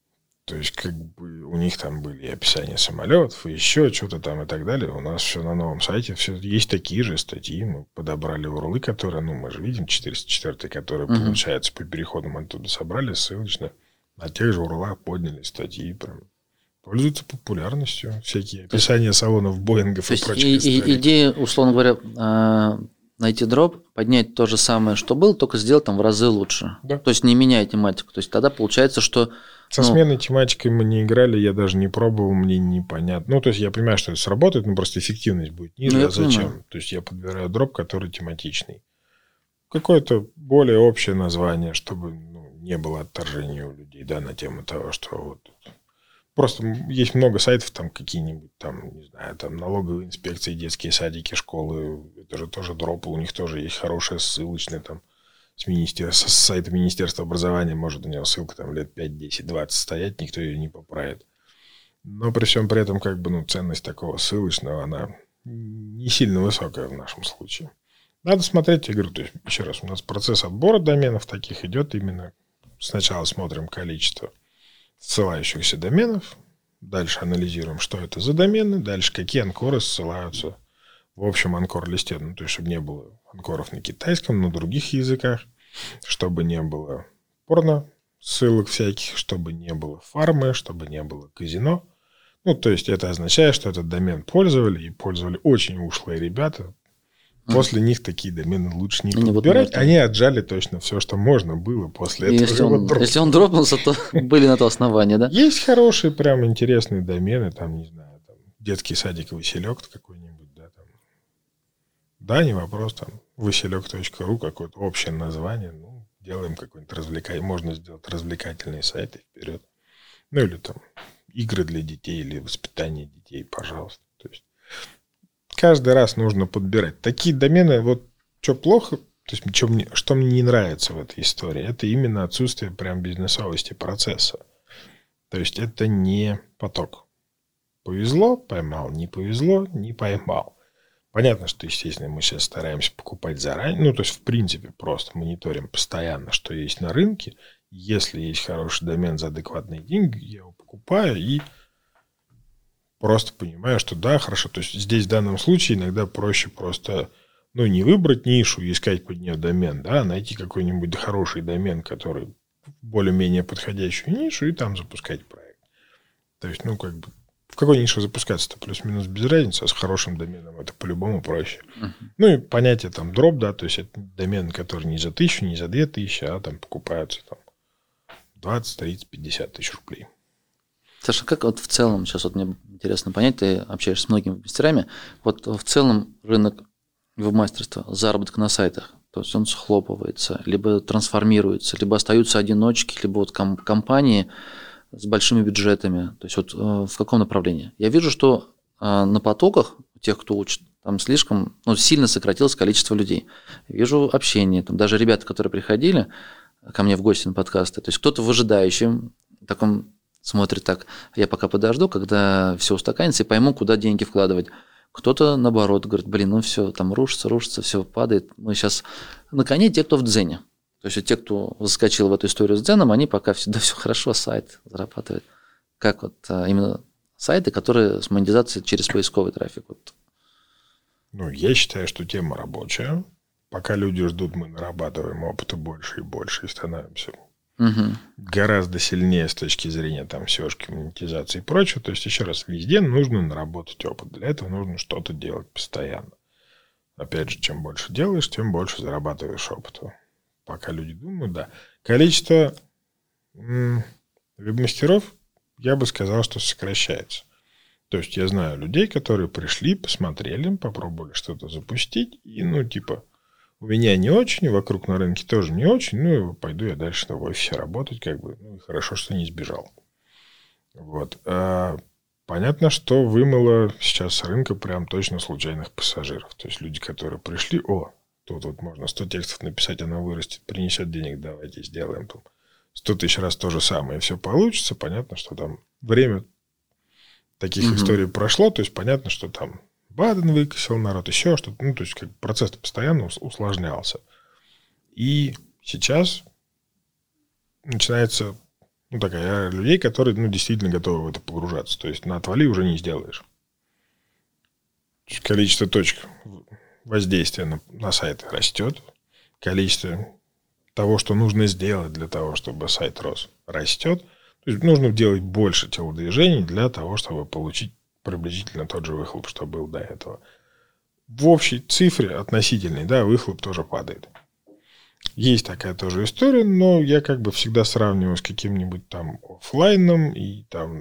То есть, как бы у них там были и описания самолетов, и еще что-то там и так далее. У нас все на новом сайте, все есть такие же статьи. Мы подобрали урлы, которые, мы же видим, 404, которые, получается, по переходам оттуда собрали ссылочно. На тех же урлах подняли статьи. Прям пользуются популярностью. Всякие описания салонов Боингов и прочих историй. Идея, условно говоря, найти дроп, поднять то же самое, что было, только сделать там в разы лучше. Да. То есть не меняя тематику. То есть тогда получается, что... Со сменной тематикой мы не играли, я даже не пробовал, мне непонятно. То есть я понимаю, что это сработает, но просто эффективность будет ниже. А зачем? Понимаю. То есть я подбираю дроп, который тематичный. Какое-то более общее название, чтобы не было отторжения у людей, на тему того, что вот... Просто есть много сайтов, там какие-нибудь, там, не знаю, там налоговые инспекции, детские садики, школы. Это же тоже дропы, у них тоже есть хорошая ссылочная там. С сайта Министерства образования может у него ссылка там лет 5, 10, 20 стоять, никто ее не поправит. Но при всем при этом, ценность такого ссылочного, она не сильно высокая в нашем случае. Надо смотреть, я говорю, то есть, еще раз, у нас процесс отбора доменов таких идет именно. Сначала смотрим количество ссылающихся доменов, дальше анализируем, что это за домены, дальше какие анкоры ссылаются в общем анкор-листе, то есть, чтобы не было анкоров на китайском, на других языках, чтобы не было порно-ссылок всяких, чтобы не было фармы, чтобы не было казино. То есть, это означает, что этот домен пользовали, и пользовали очень ушлые ребята. После них такие домены лучше не подбирать. Они отжали точно все, что можно было после этого. Если он дропнулся, то были на то основания, да? Есть хорошие, прям интересные домены, там, не знаю, там, детский садик Василек какой-нибудь, Да, не вопрос, там, Василек.ру, какое-то общее название, делаем какой-нибудь можно сделать развлекательные сайты вперед. Или там игры для детей, или воспитание детей, пожалуйста. То есть каждый раз нужно подбирать. Такие домены, что плохо, то есть что мне не нравится в этой истории, это именно отсутствие прям бизнесовости процесса. То есть это не поток. Повезло, поймал, не повезло, не поймал. Понятно, что, естественно, мы сейчас стараемся покупать заранее. То есть, в принципе, просто мониторим постоянно, что есть на рынке. Если есть хороший домен за адекватные деньги, я его покупаю и просто понимаю, что да, хорошо. То есть, здесь в данном случае иногда проще просто, не выбрать нишу и искать под нее домен, а найти какой-нибудь хороший домен, который более-менее подходящую нишу, и там запускать проект. То есть, в какой нише запускаться-то плюс-минус без разницы, а с хорошим доменом это по-любому проще. И понятие там дроп, то есть это домен, который не за 1000, не за 2000, а там покупаются там 20, 30, 50 тысяч рублей. Саша, как в целом, сейчас мне интересно понять, ты общаешься с многими мастерами, в целом рынок веб-мастерства, заработок на сайтах, то есть он схлопывается, либо трансформируется, либо остаются одиночки, либо компании с большими бюджетами. То есть в каком направлении? Я вижу, что на потоках тех, кто учит, там слишком сильно сократилось количество людей. Вижу общение. Там даже ребята, которые приходили ко мне в гости на подкасты, то есть кто-то в ожидающем таком смотрит так, я пока подожду, когда все устаканится, и пойму, куда деньги вкладывать. Кто-то, наоборот, говорит, все там рушится, все падает. Мы сейчас на коне те, кто в дзене. То есть те, кто заскочил в эту историю с дзеном, они пока все хорошо, сайт зарабатывает. Как именно сайты, которые с монетизацией через поисковый трафик? Я считаю, что тема рабочая. Пока люди ждут, мы нарабатываем опыта больше и больше и становимся гораздо сильнее с точки зрения SEO-шки, монетизации и прочего. То есть, еще раз, везде нужно наработать опыт. Для этого нужно что-то делать постоянно. Опять же, чем больше делаешь, тем больше зарабатываешь опыта. Пока люди думают, да. Количество веб-мастеров, я бы сказал, что сокращается. То есть, я знаю людей, которые пришли, посмотрели, попробовали что-то запустить, и, у меня не очень, вокруг на рынке тоже не очень, пойду я дальше в офисе работать, и хорошо, что не сбежал. Понятно, что вымыло сейчас с рынка прям точно случайных пассажиров. То есть, люди, которые пришли, тут можно 100 текстов написать, она вырастет, принесет денег, давайте сделаем там 100 тысяч раз то же самое, и все получится. Понятно, что там время таких историй прошло, то есть понятно, что там Баден выкосил народ, еще что-то. То есть процесс постоянно усложнялся. И сейчас начинается Ну, такая людей, которые действительно готовы в это погружаться. То есть на отвали уже не сделаешь. Количество точек воздействия на сайт растет. Количество того, что нужно сделать для того, чтобы сайт рос, растет. То есть нужно делать больше телодвижений для того, чтобы получить приблизительно тот же выхлоп, что был до этого. В общей цифре относительной, да, выхлоп тоже падает. Есть такая тоже история, но я всегда сравниваю с каким-нибудь там офлайном и там,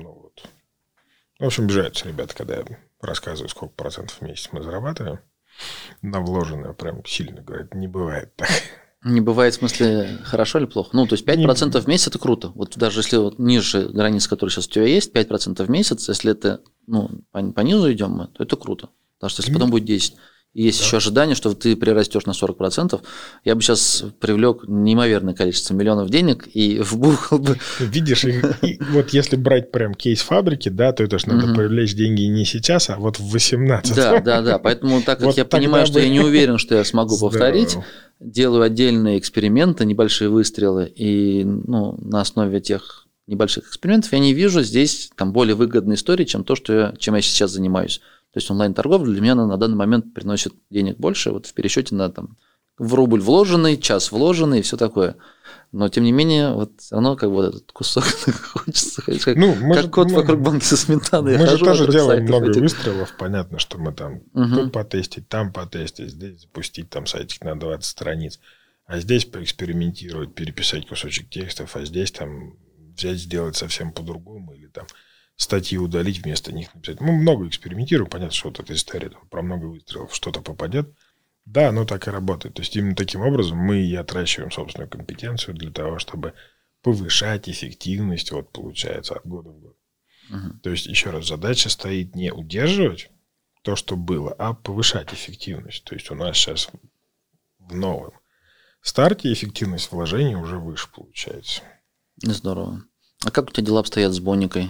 В общем, обижаются ребята, когда я рассказываю, сколько процентов в месяц мы зарабатываем. На вложенное прям сильно говорят, не бывает так. Не бывает, в смысле, хорошо или плохо? Ну, то есть 5% в месяц – это круто. Вот даже если ниже границы, которые сейчас у тебя есть, 5% в месяц, если это по низу идем мы, то это круто. Потому что если потом будет 10%. И есть еще ожидание, что ты прирастешь на 40%. Я бы сейчас привлек неимоверное количество миллионов денег и вбухал бы. Видишь, и вот если брать прям кейс фабрики, да, то это же надо привлечь деньги не сейчас, а вот в 18. Да. Поэтому так как я понимаю, что я не уверен, что я смогу повторить, делаю отдельные эксперименты, небольшие выстрелы, и на основе тех небольших экспериментов я не вижу здесь там более выгодной истории, чем то, чем я сейчас занимаюсь. То есть онлайн-торговля для меня на данный момент приносит денег больше, вот в пересчете на в рубль вложенный, час вложенный и все такое. Но тем не менее, вот все равно этот кусок хочется, как кот вокруг банки со сметаной. Мы же тоже делаем много выстрелов, понятно, что мы там тут потестить, там потестить, здесь запустить там сайтик на 20 страниц, а здесь поэкспериментировать, переписать кусочек текстов, а здесь там взять, сделать совсем по-другому или там статьи удалить, вместо них написать. Мы много экспериментируем, понятно, что вот эта история про много выстрелов, что-то попадет. Да, оно так и работает. То есть именно таким образом мы и отращиваем собственную компетенцию для того, чтобы повышать эффективность, получается, от года в год. То есть, еще раз, задача стоит не удерживать то, что было, а повышать эффективность. То есть у нас сейчас в новом старте эффективность вложений уже выше получается. Здорово. А как у тебя дела обстоят с Боникой?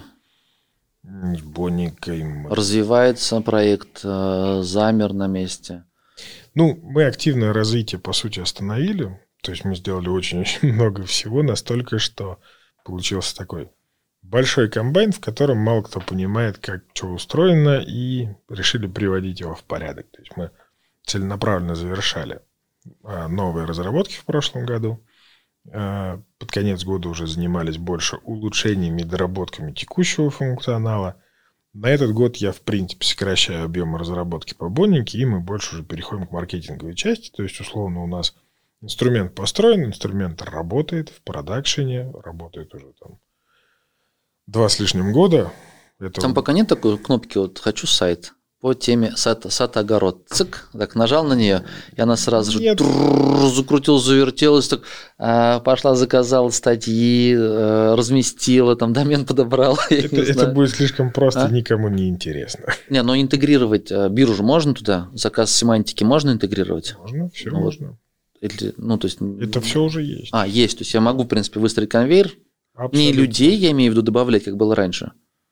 С Боникой развивается проект, замер на месте? Мы активное развитие, по сути, остановили. То есть мы сделали очень-очень много всего, настолько, что получился такой большой комбайн, в котором мало кто понимает, как что устроено, и решили приводить его в порядок. То есть мы целенаправленно завершали новые разработки в прошлом году. Под конец года уже занимались больше улучшениями и доработками текущего функционала. На этот год я, в принципе, сокращаю объемы разработки по Бонике, и мы больше уже переходим к маркетинговой части. То есть, условно, у нас инструмент построен, инструмент работает в продакшене, работает уже 2 с лишним года. Там пока нет такой кнопки «Хочу сайт» по теме сад-огород. Цик, так нажал на нее, и она сразу же закрутилась, завертелась, пошла, заказала статьи, разместила, домен подобрала. Это будет слишком просто, никому не интересно. Но интегрировать биржу можно туда? Заказ семантики можно интегрировать? Можно, все можно. То есть... Это все уже есть. Есть. То есть я могу, в принципе, выстроить конвейер. Абсолютно. Не людей, я имею в виду, добавлять, как было раньше.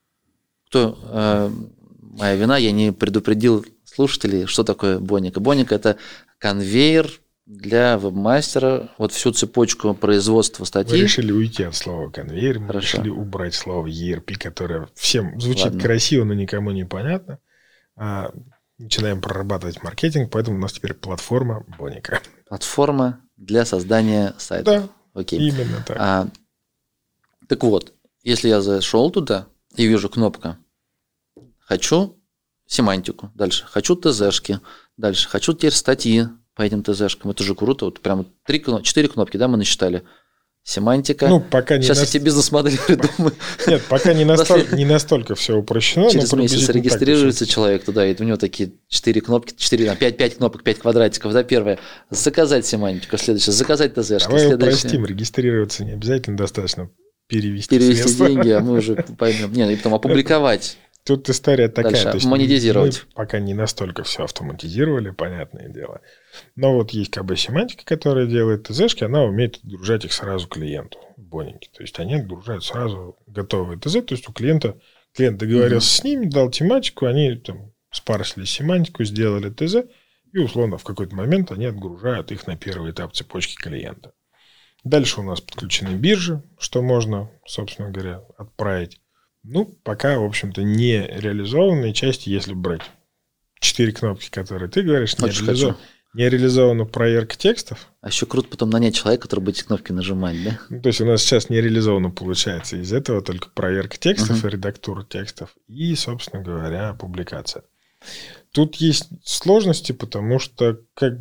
Моя вина, я не предупредил слушателей, что такое Боника. Боника – это конвейер для вебмастера, всю цепочку производства статьи. Мы решили уйти от слова конвейер, мы решили убрать слово ERP, которое всем звучит красиво, но никому не понятно. Начинаем прорабатывать маркетинг, поэтому у нас теперь платформа Боника. Платформа для создания сайта. Да, окей. Именно так. Так вот, если я зашел туда и вижу кнопку «Хочу семантику», дальше «Хочу ТЗшки», дальше «Хочу теперь статьи по этим ТЗшкам». Это же круто. Прямо 4 кнопки, да, мы насчитали. Семантика. Пока сейчас я тебе бизнес-модель придумаю. Нет, пока не настолько все упрощено. Через месяц регистрируется человек туда, и у него такие 4 кнопки, 5 кнопок, 5 квадратиков. Да, первое – заказать семантику, следующее – заказать ТЗшки. Давай упростим, регистрироваться не обязательно, достаточно перевести деньги, а мы уже поймем. И потом опубликовать. Тут история такая. Дальше, то есть монетизировать. Мы пока не настолько все автоматизировали, понятное дело. Но есть семантика, которая делает ТЗшки, она умеет отгружать их сразу клиенту в Бонике. То есть они отгружают сразу готовые ТЗ. То есть у клиент договорился с ними, дал тематику, они спарсили семантику, сделали ТЗ, и условно в какой-то момент они отгружают их на первый этап цепочки клиента. Дальше у нас подключены биржи, что можно, собственно говоря, отправить. Ну, пока, в общем-то, не реализованные части, если брать 4 кнопки, которые ты говоришь, не реализована проверка текстов. А еще круто потом нанять человека, который будет эти кнопки нажимать, да? Ну, то есть у нас сейчас не реализовано получается из этого только проверка текстов и редактура текстов и, собственно говоря, публикация. Тут есть сложности, потому что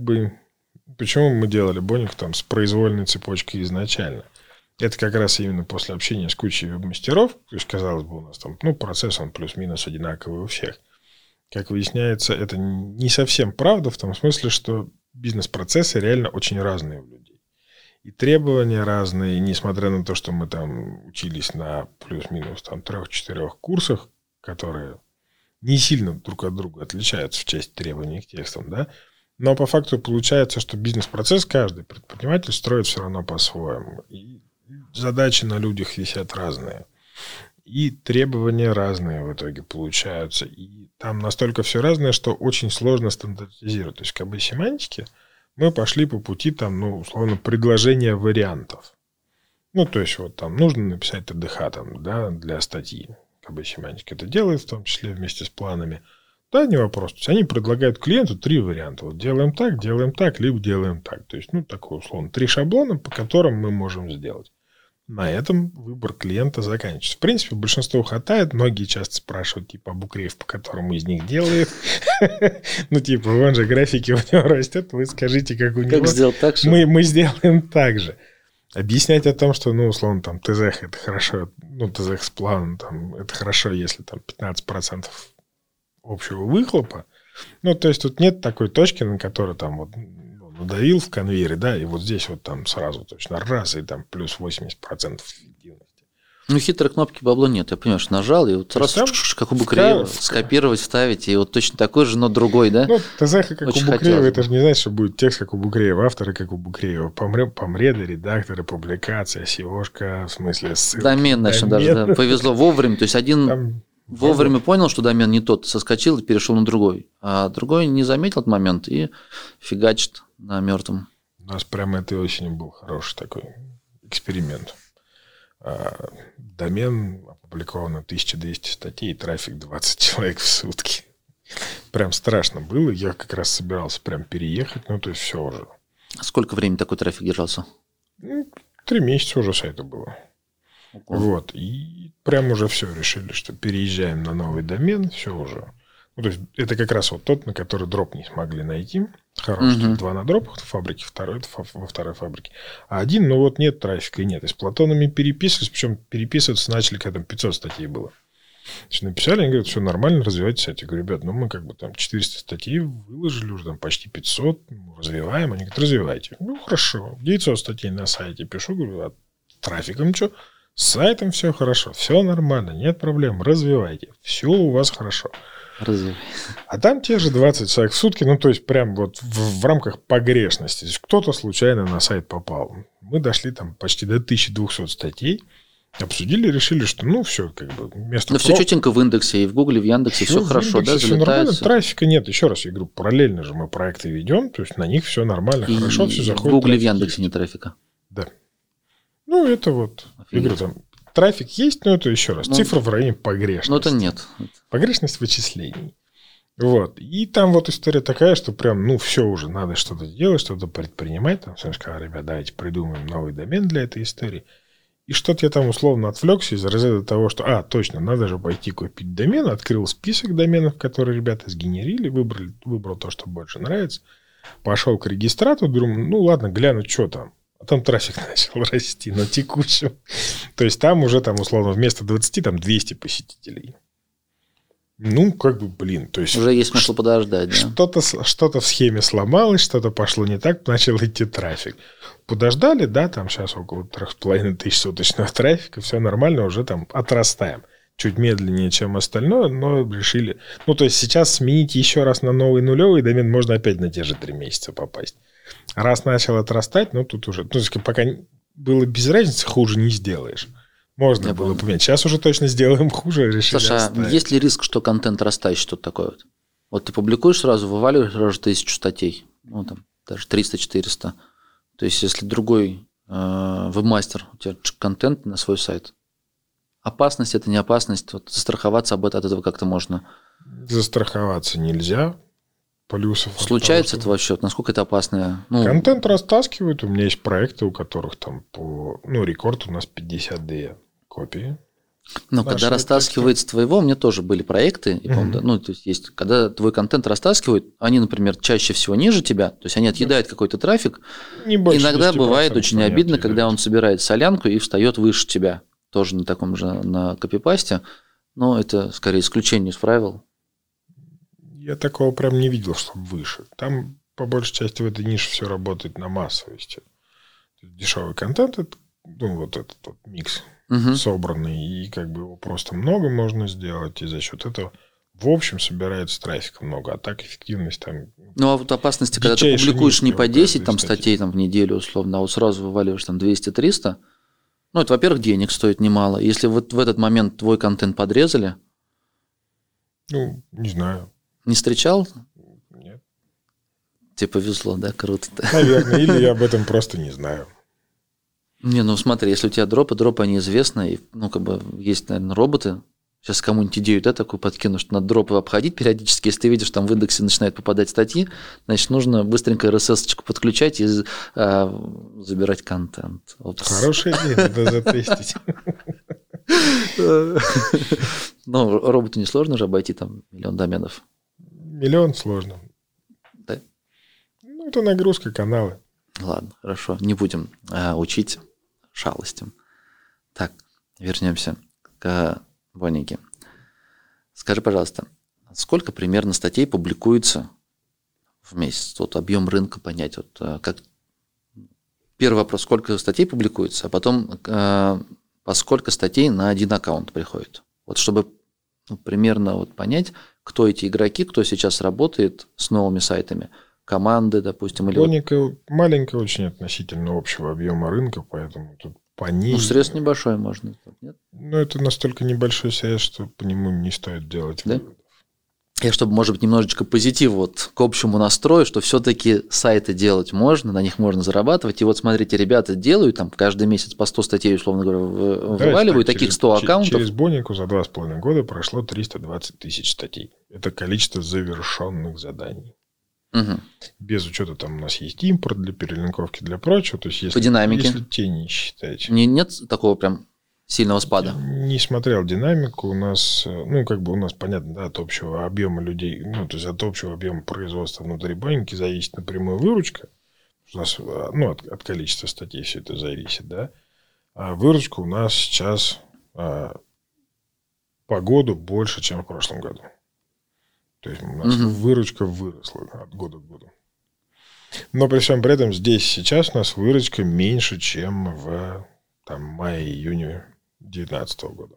почему мы делали Боник там с произвольной цепочкой изначально? Это как раз именно после общения с кучей веб-мастеров, то есть, казалось бы, у нас там, процесс он плюс-минус одинаковый у всех. Как выясняется, это не совсем правда, в том смысле, что бизнес-процессы реально очень разные у людей. И требования разные, несмотря на то, что мы там учились на плюс-минус там 3-4 курсах, которые не сильно друг от друга отличаются в части требований к текстам, да, но по факту получается, что бизнес-процесс каждый предприниматель строит все равно по-своему. И задачи на людях висят разные. И требования разные в итоге получаются. И там настолько все разное, что очень сложно стандартизировать. То есть, в КБ-семантике мы пошли по пути, там, условно, предложения вариантов. То есть, вот там нужно написать ТДХ там, да, для статьи. КБ-семантика это делает, в том числе вместе с планами. Да, не вопрос. То есть, они предлагают клиенту 3 варианта. Вот делаем так, либо делаем так. То есть, такой, условно, 3 шаблона, по которым мы можем сделать. На этом выбор клиента заканчивается. В принципе, большинству хватает. Многие часто спрашивают, Букреев, по которому из них делают. Вон же графики у него растет. Вы скажите, как у него. Как сделать так же? Мы сделаем так же. Объяснять о том, что, условно, там, ТЗХ это хорошо, ТЗХ с планом, там, это хорошо, если там 15% общего выхлопа. То есть, тут нет такой точки, на которой там вот надавил в конвейере, да, и вот здесь вот там сразу точно раз, и там плюс 80% эффективности. Хитрой кнопки бабло нет. Я понимаю, что нажал, и вот сразу, как у Букреева, скопировать, вставить, и вот точно такой же, но другой, да? ТЗХ как очень у Букреева, это же не значит, что будет текст, как у Букреева, авторы, как у Букреева. Помреды, редакторы, публикация, SEO-шка, в смысле ссылки. Домен, значит, даже, да, повезло вовремя. То есть, один там вовремя понял, что домен не тот, соскочил и перешел на другой. А другой не заметил этот момент и фигачит на мертвом. У нас прямо этой осенью был хороший такой эксперимент. Домен опубликовано 1200 статей, трафик 20 человек в сутки. Прям страшно было. Я как раз собирался прям переехать, то есть все уже. Сколько времени такой трафик держался? 3 месяца уже сайту было. Вот. И прям уже все решили, что переезжаем на новый домен, все уже. То есть это как раз вот тот, на который дроп не смогли найти. Хороший. 2 на дропах в фабрике, второй во второй фабрике. А один, нет трафика и нет. И с Платонами переписывались, причем переписываться начали, когда там 500 статей было. Значит, написали, они говорят, все нормально, развивайте сайт. Я говорю, ребят, мы там 400 статей выложили, уже там почти 500, развиваем. Они говорят, развивайте. Хорошо. 900 статей на сайте пишу, говорю, а трафиком что? С сайтом все хорошо, все нормально, нет проблем, развивайте. Все у вас хорошо. Развивай. А там те же 20 человек в сутки, то есть прям вот в рамках погрешности. То есть кто-то случайно на сайт попал. Мы дошли там почти до 1200 статей, обсудили, решили, что все, место. Все четенько в индексе, и в Гугле, в Яндексе, все хорошо, да, залетается. Трафика нет. Еще раз, я говорю, параллельно же мы проекты ведем, то есть на них все нормально, хорошо, все заходит. В Гугле, в Яндексе нет трафика. Да. Это вот, я говорю, там трафик есть, но это еще раз. Цифра в районе погрешности. Это нет. Погрешность вычислений. Вот. И там вот история такая, что прям, все уже, надо что-то делать, что-то предпринимать. Там всем сказал, ребят, давайте придумаем новый домен для этой истории. И что-то я там условно отвлекся из разряда того, что, точно, надо же пойти купить домен. Открыл список доменов, которые ребята сгенерили, выбрал то, что больше нравится. Пошел к регистратору, думаю, ладно, гляну, что там. А там трафик начал расти на текущем. То есть там уже условно вместо 20 там 200 посетителей. То есть уже есть смысл подождать, да? Что-то в схеме сломалось, что-то пошло не так, начал идти трафик. Подождали, да, там сейчас около 3500 суточного трафика, все нормально, уже там отрастаем. Чуть медленнее, чем остальное, но решили. То есть сейчас сменить еще раз на новый нулевый домен можно опять на те же 3 месяца попасть. Раз начал отрастать, тут уже... пока было без разницы, хуже не сделаешь. Можно было поменять. Сейчас уже точно сделаем хуже, решили Саша, оставить. Есть ли риск, что контент растащит что-то такое? Вот ты публикуешь сразу, вываливаешь сразу 1000 статей, даже 300-400. То есть, если другой вебмастер, у тебя контент на свой сайт. Опасность – это не опасность. Вот застраховаться от этого как-то можно. Застраховаться нельзя. Плюсов. Случается это вообще? Насколько это опасно? Контент растаскивают. У меня есть проекты, у которых там рекорд у нас 52 копии. Но когда растаскивают с твоего, у меня тоже были проекты. И, то есть, когда твой контент растаскивают, они, например, чаще всего ниже тебя, то есть они отъедают какой-то трафик. Иногда бывает очень обидно, когда он собирает солянку и встает выше тебя. Тоже на таком же, на копипасте. Но это скорее исключение из правил. Я такого прям не видел, чтобы выше. Там, по большей части, в этой нише все работает на массовости. Дешевый контент, это, этот микс собранный, и как бы его просто много можно сделать, и за счет этого в общем собирается трафика много, а так эффективность там... А вот опасности, когда ты публикуешь не по 10 там, статей там, в неделю, условно, а вот сразу вываливаешь там 200-300, это, во-первых, денег стоит немало. Если вот в этот момент твой контент подрезали... не знаю. Не встречал? Нет. Тебе повезло, да? Круто. Наверное, или я об этом просто не знаю. Смотри, если у тебя дропы, они известны, и, есть, наверное, роботы. Сейчас кому-нибудь идею, такую подкину, что надо дропы обходить периодически. Если ты видишь, там в индексе начинают попадать статьи, значит, нужно быстренько RSS-очку подключать и забирать контент. Хорошая идея, надо затестить. Роботу не сложно же обойти там 1 000 000 доменов. 1 миллион сложно. Да? Это нагрузка канала. Ладно, хорошо. Не будем учить шалостям. Так, вернемся к Бонике. Скажи, пожалуйста, сколько примерно статей публикуется в месяц? Вот объем рынка понять. Как... Первый вопрос, сколько статей публикуется, а потом по сколько статей на один аккаунт приходит. Вот чтобы примерно понять, кто эти игроки, кто сейчас работает с новыми сайтами, команды, допустим. Боника маленькая очень относительно общего объема рынка, поэтому тут по ней... срез небольшой можно, нет? Это настолько небольшой срез, что по нему не стоит делать выводов. Я, чтобы, может быть, немножечко позитива к общему настрою, что все-таки сайты делать можно, на них можно зарабатывать. И смотрите, ребята делают там каждый месяц по 100 статей, условно говоря, вываливают, таких 100 аккаунтов. Через Бонику за 2,5 года прошло 320 тысяч статей. Это количество завершенных заданий. Угу. Без учета там у нас есть импорт для перелинковки, для прочего. То есть, если, по динамике. Если тени считать. Нет такого прям сильного спада? Я не смотрел динамику. У нас, у нас, понятно, да, от общего объема людей, то есть от общего объема производства внутри Боники зависит напрямую выручка. У нас, от количества статей все это зависит, да. А выручка у нас сейчас по году больше, чем в прошлом году. То есть, у нас выручка выросла от года к году. Но при всем при этом здесь сейчас у нас выручка меньше, чем в мае-июне 2019 года.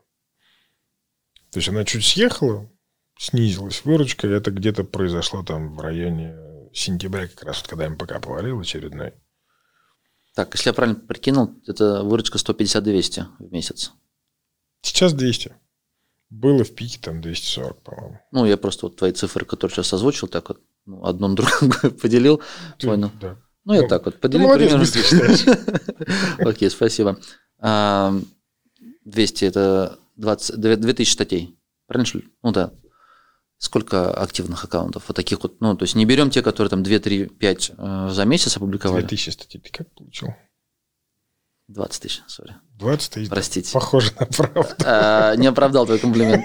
То есть, она чуть съехала, снизилась выручка, и это где-то произошло там в районе сентября, как раз когда МПК повалил очередной. Так, если я правильно прикинул, это выручка 150-200 в месяц. Сейчас 200. Было в пике там 240, по-моему. Я просто твои цифры, которые сейчас озвучил, так одно на другое поделил. Понял. Да. Я так поделил. Молодец, быстро считаешь. Окей, спасибо. 200 – это 2000 статей. Правильно, что ли? Да. Сколько активных аккаунтов? Вот таких то есть не берем те, которые там 2, 3, 5 за месяц опубликовали. 2000 статей. Ты как получил? 20 тысяч, сори. 20 тысяч? Простите. Похоже на правду. Не оправдал твой комплимент.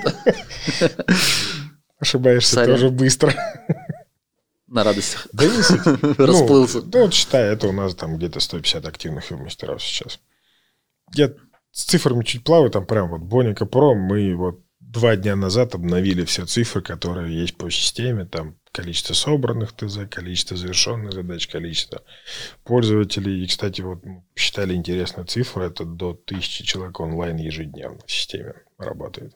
Ошибаешься тоже быстро. На радостях. Да не суть. Расплылся. Считай, это у нас там где-то 150 активных веб-мастеров сейчас. Я с цифрами чуть плаваю, там прям Боника Про, мы 2 дня назад обновили все цифры, которые есть по системе, там количество собранных ТЗ, количество завершенных задач, количество пользователей. И, кстати, мы считали интересную цифру, это до 1000 человек онлайн ежедневно в системе работает.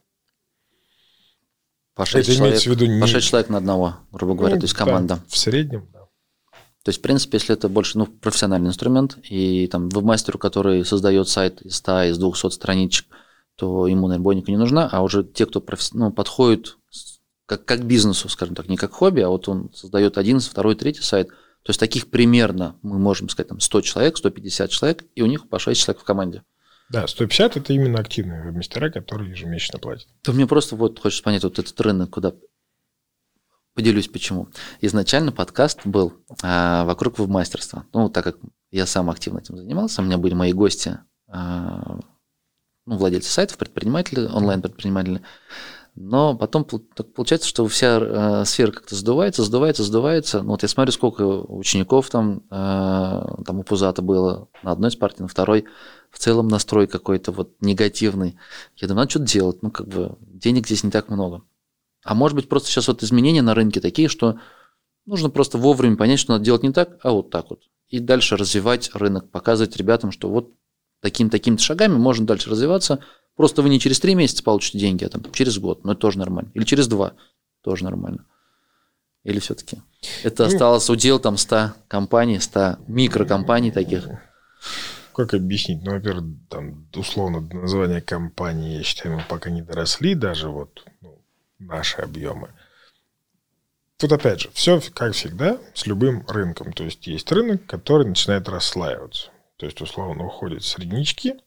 По 6 человек на одного, грубо говоря, то есть команда. Да, в среднем, да. То есть, в принципе, если это больше профессиональный инструмент, и там веб-мастеру, который создает сайт из 100, из 200 страничек, то ему, наверное, Боника не нужна, а уже те, кто подходит как к бизнесу, скажем так, не как хобби, а он создает 1, 2, 3 сайт, То есть таких примерно, мы можем сказать, там 100 человек, 150 человек, и у них по 6 человек в команде. Да, 150 – это именно активные веб-мастера, которые ежемесячно платят. То мне просто вот хочется понять вот этот рынок, куда... Поделюсь, почему. Изначально подкаст был вокруг веб-мастерства. Ну, так как я сам активно этим занимался, у меня были мои гости, владельцы сайтов, предприниматели, онлайн-предприниматели. Но потом так получается, что вся сфера как-то сдувается. Ну, вот я смотрю, сколько учеников там у Пузата было на одной из партий, на второй. В целом настрой какой-то вот негативный. Я думаю, надо что-то делать. Ну, как бы денег здесь не так много. А может быть, просто сейчас вот изменения на рынке такие, что нужно просто вовремя понять, что надо делать не так, а вот так вот. И дальше развивать рынок, показывать ребятам, что вот такими-то шагами можно дальше развиваться. Просто вы не через 3 месяца получите деньги, а там через год, но это тоже нормально. Или через 2, тоже нормально. Или все-таки это осталось удел там 100 компаний, 100 микрокомпаний таких. Как объяснить? Ну, во-первых, там условно до названия компании, я считаю, мы пока не доросли, даже вот наши объемы. Тут опять же, все как всегда с любым рынком. То есть есть рынок, который начинает расслаиваться. То есть, условно, уходят среднячки,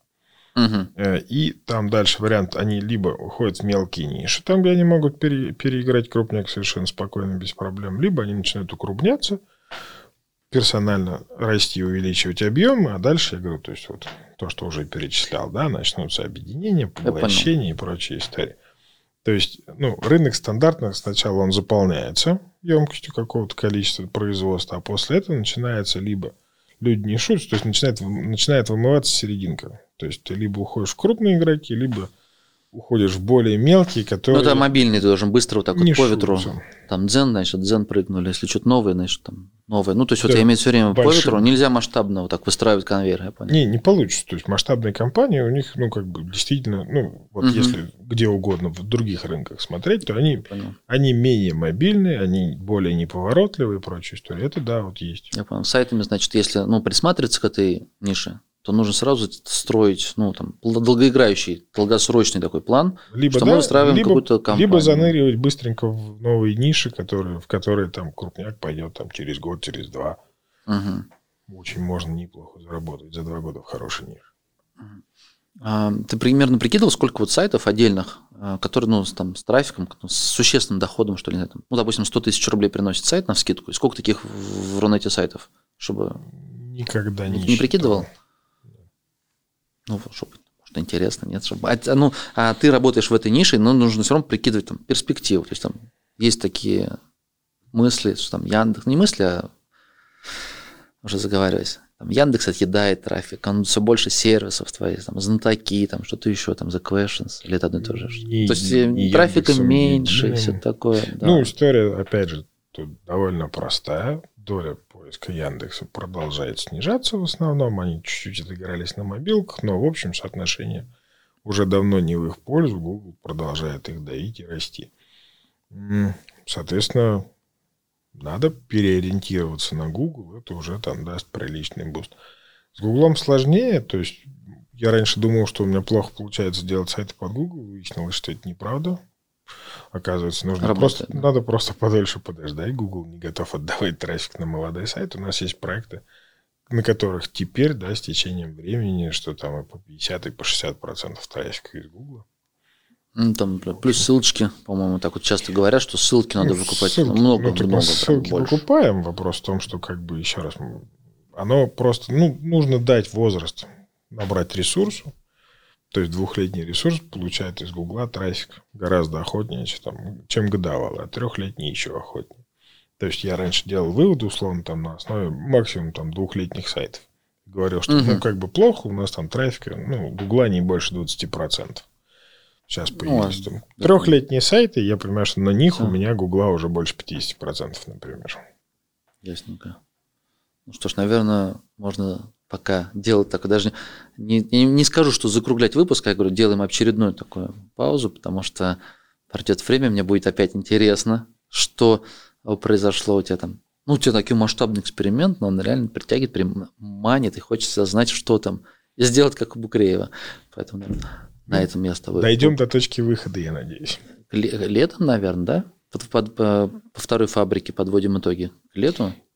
и там дальше вариант, они либо уходят в мелкие ниши, там, где они могут переиграть крупняк совершенно спокойно, без проблем, либо они начинают укрупняться, персонально расти, увеличивать объемы, а дальше, я говорю, то есть вот то, что уже перечислял, да, начнутся объединения, поглощения и прочие истории. То есть, рынок стандартно сначала он заполняется емкостью какого-то количества производства, а после этого начинается либо люди не шутят, то есть начинает вымываться серединка. То есть ты либо уходишь в крупные игроки, либо уходишь в более мелкие, которые... Ну, это мобильный, ты должен быстро вот так вот по ветру. Шутся. Там Дзен, значит, Дзен прыгнули. Если что-то новое, значит, там новое. Ну, то есть, вот я имею все время по ветру. Нельзя масштабно вот так выстраивать конвейер, я понял. Не получится. То есть, масштабные компании, у них, действительно, если где угодно в других рынках смотреть, то они менее мобильные, они более неповоротливые и прочие истории. Это, да, вот есть. Я понял. Сайтами, значит, если, присматриваться к этой нише, то нужно сразу строить, долгоиграющий, долгосрочный такой план, что мы устраиваем какую-то компанию. Либо заныривать быстренько в новые ниши, в которые там крупняк пойдет там, через год, через 2. Очень можно неплохо заработать за 2 года в хорошей нише. Ты примерно прикидывал, сколько вот сайтов отдельных, которые, с трафиком, с существенным доходом, что ли, допустим, 100 тысяч рублей приносит сайт навскидку, и сколько таких в Рунете сайтов, чтобы... Никогда не прикидывал? Чтобы, может, интересно, нет? А ты работаешь в этой нише, но нужно все равно прикидывать там перспективу. То есть там есть такие мысли, что там Яндекс, не мысли, а уже заговариваюсь. Там Яндекс отъедает трафик, он все больше сервисов твоих, там, знатоки, там, что-то еще, там, The Questions, или это одно и то же. То есть трафика меньше, все такое. Да. История, опять же, тут довольно простая. Доля поиска Яндекса продолжает снижаться в основном. Они чуть-чуть отыгрались на мобилках, но в общем соотношение уже давно не в их пользу. Google продолжает их доить и расти. Соответственно, надо переориентироваться на Google. Это уже там даст приличный буст. С Гуглом сложнее. То есть я раньше думал, что у меня плохо получается делать сайты под Google. Выяснилось, что это неправда. Оказывается, надо просто подольше подождать. Google не готов отдавать трафик на молодой сайт. У нас есть проекты, на которых теперь, с течением времени, что там и по 50, и по 60% трафика из Google. Там плюс ссылочки, по-моему, так вот часто говорят, что ссылки надо выкупать много. Ссылки выкупаем. Вопрос в том, что, еще раз, оно просто, нужно дать возраст, набрать ресурсу. То есть 2-летний ресурс получает из Гугла трафик гораздо охотнее, чем годовалый, а 3-летний еще охотнее. То есть я раньше делал выводы, условно, там на основе максимум 2-летних сайтов. Говорил, что плохо, у нас там трафика, Гугла не больше 20%. Сейчас появились 3-летние сайты, я понимаю, что на них у меня Гугла уже больше 50%, например. Ясненько. Что ж, наверное, можно... пока делать такое, даже не скажу, что закруглять выпуск, я говорю, делаем очередную такую паузу, потому что пройдет время, мне будет опять интересно, что произошло у тебя там. У тебя такой масштабный эксперимент, но он реально притягивает, манит, и хочется знать, что там, и сделать, как у Букреева. Поэтому на этом я с тобой... Дойдем до точки выхода, я надеюсь. Летом, наверное, да? По второй фабрике подводим итоги. К лету?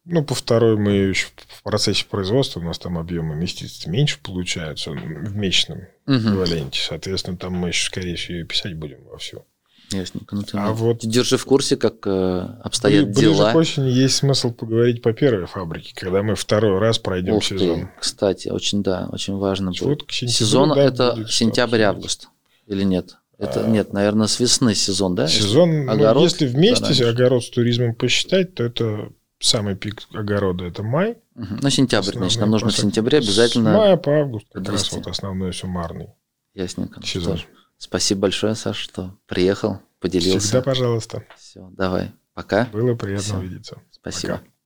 Ну, по второй, мы еще в процессе производства, у нас там объем инвестиций меньше получается в месячном эквиваленте. Соответственно, там мы еще, скорее всего, ее писать будем вовсю. Ясненько. Ну, вот держи в курсе, как обстоят ближе дела. к осени есть смысл поговорить по первой фабрике, когда мы второй раз пройдем сезон. Кстати, очень важно будет. Вот сезон это сентябрь-август или нет? Это нет, наверное, с весны сезон, да? Сезон, огород, если вместе огород с туризмом посчитать, то это самый пик огорода это май. Ну, сентябрь, значит, нам нужно в сентябре обязательно. С мая по август как раз вот основной суммарный Ясненько. сезон. Спасибо большое, Саш, что приехал, поделился. Всегда пожалуйста. Все, давай, пока. Было приятно увидеться. Спасибо. Пока.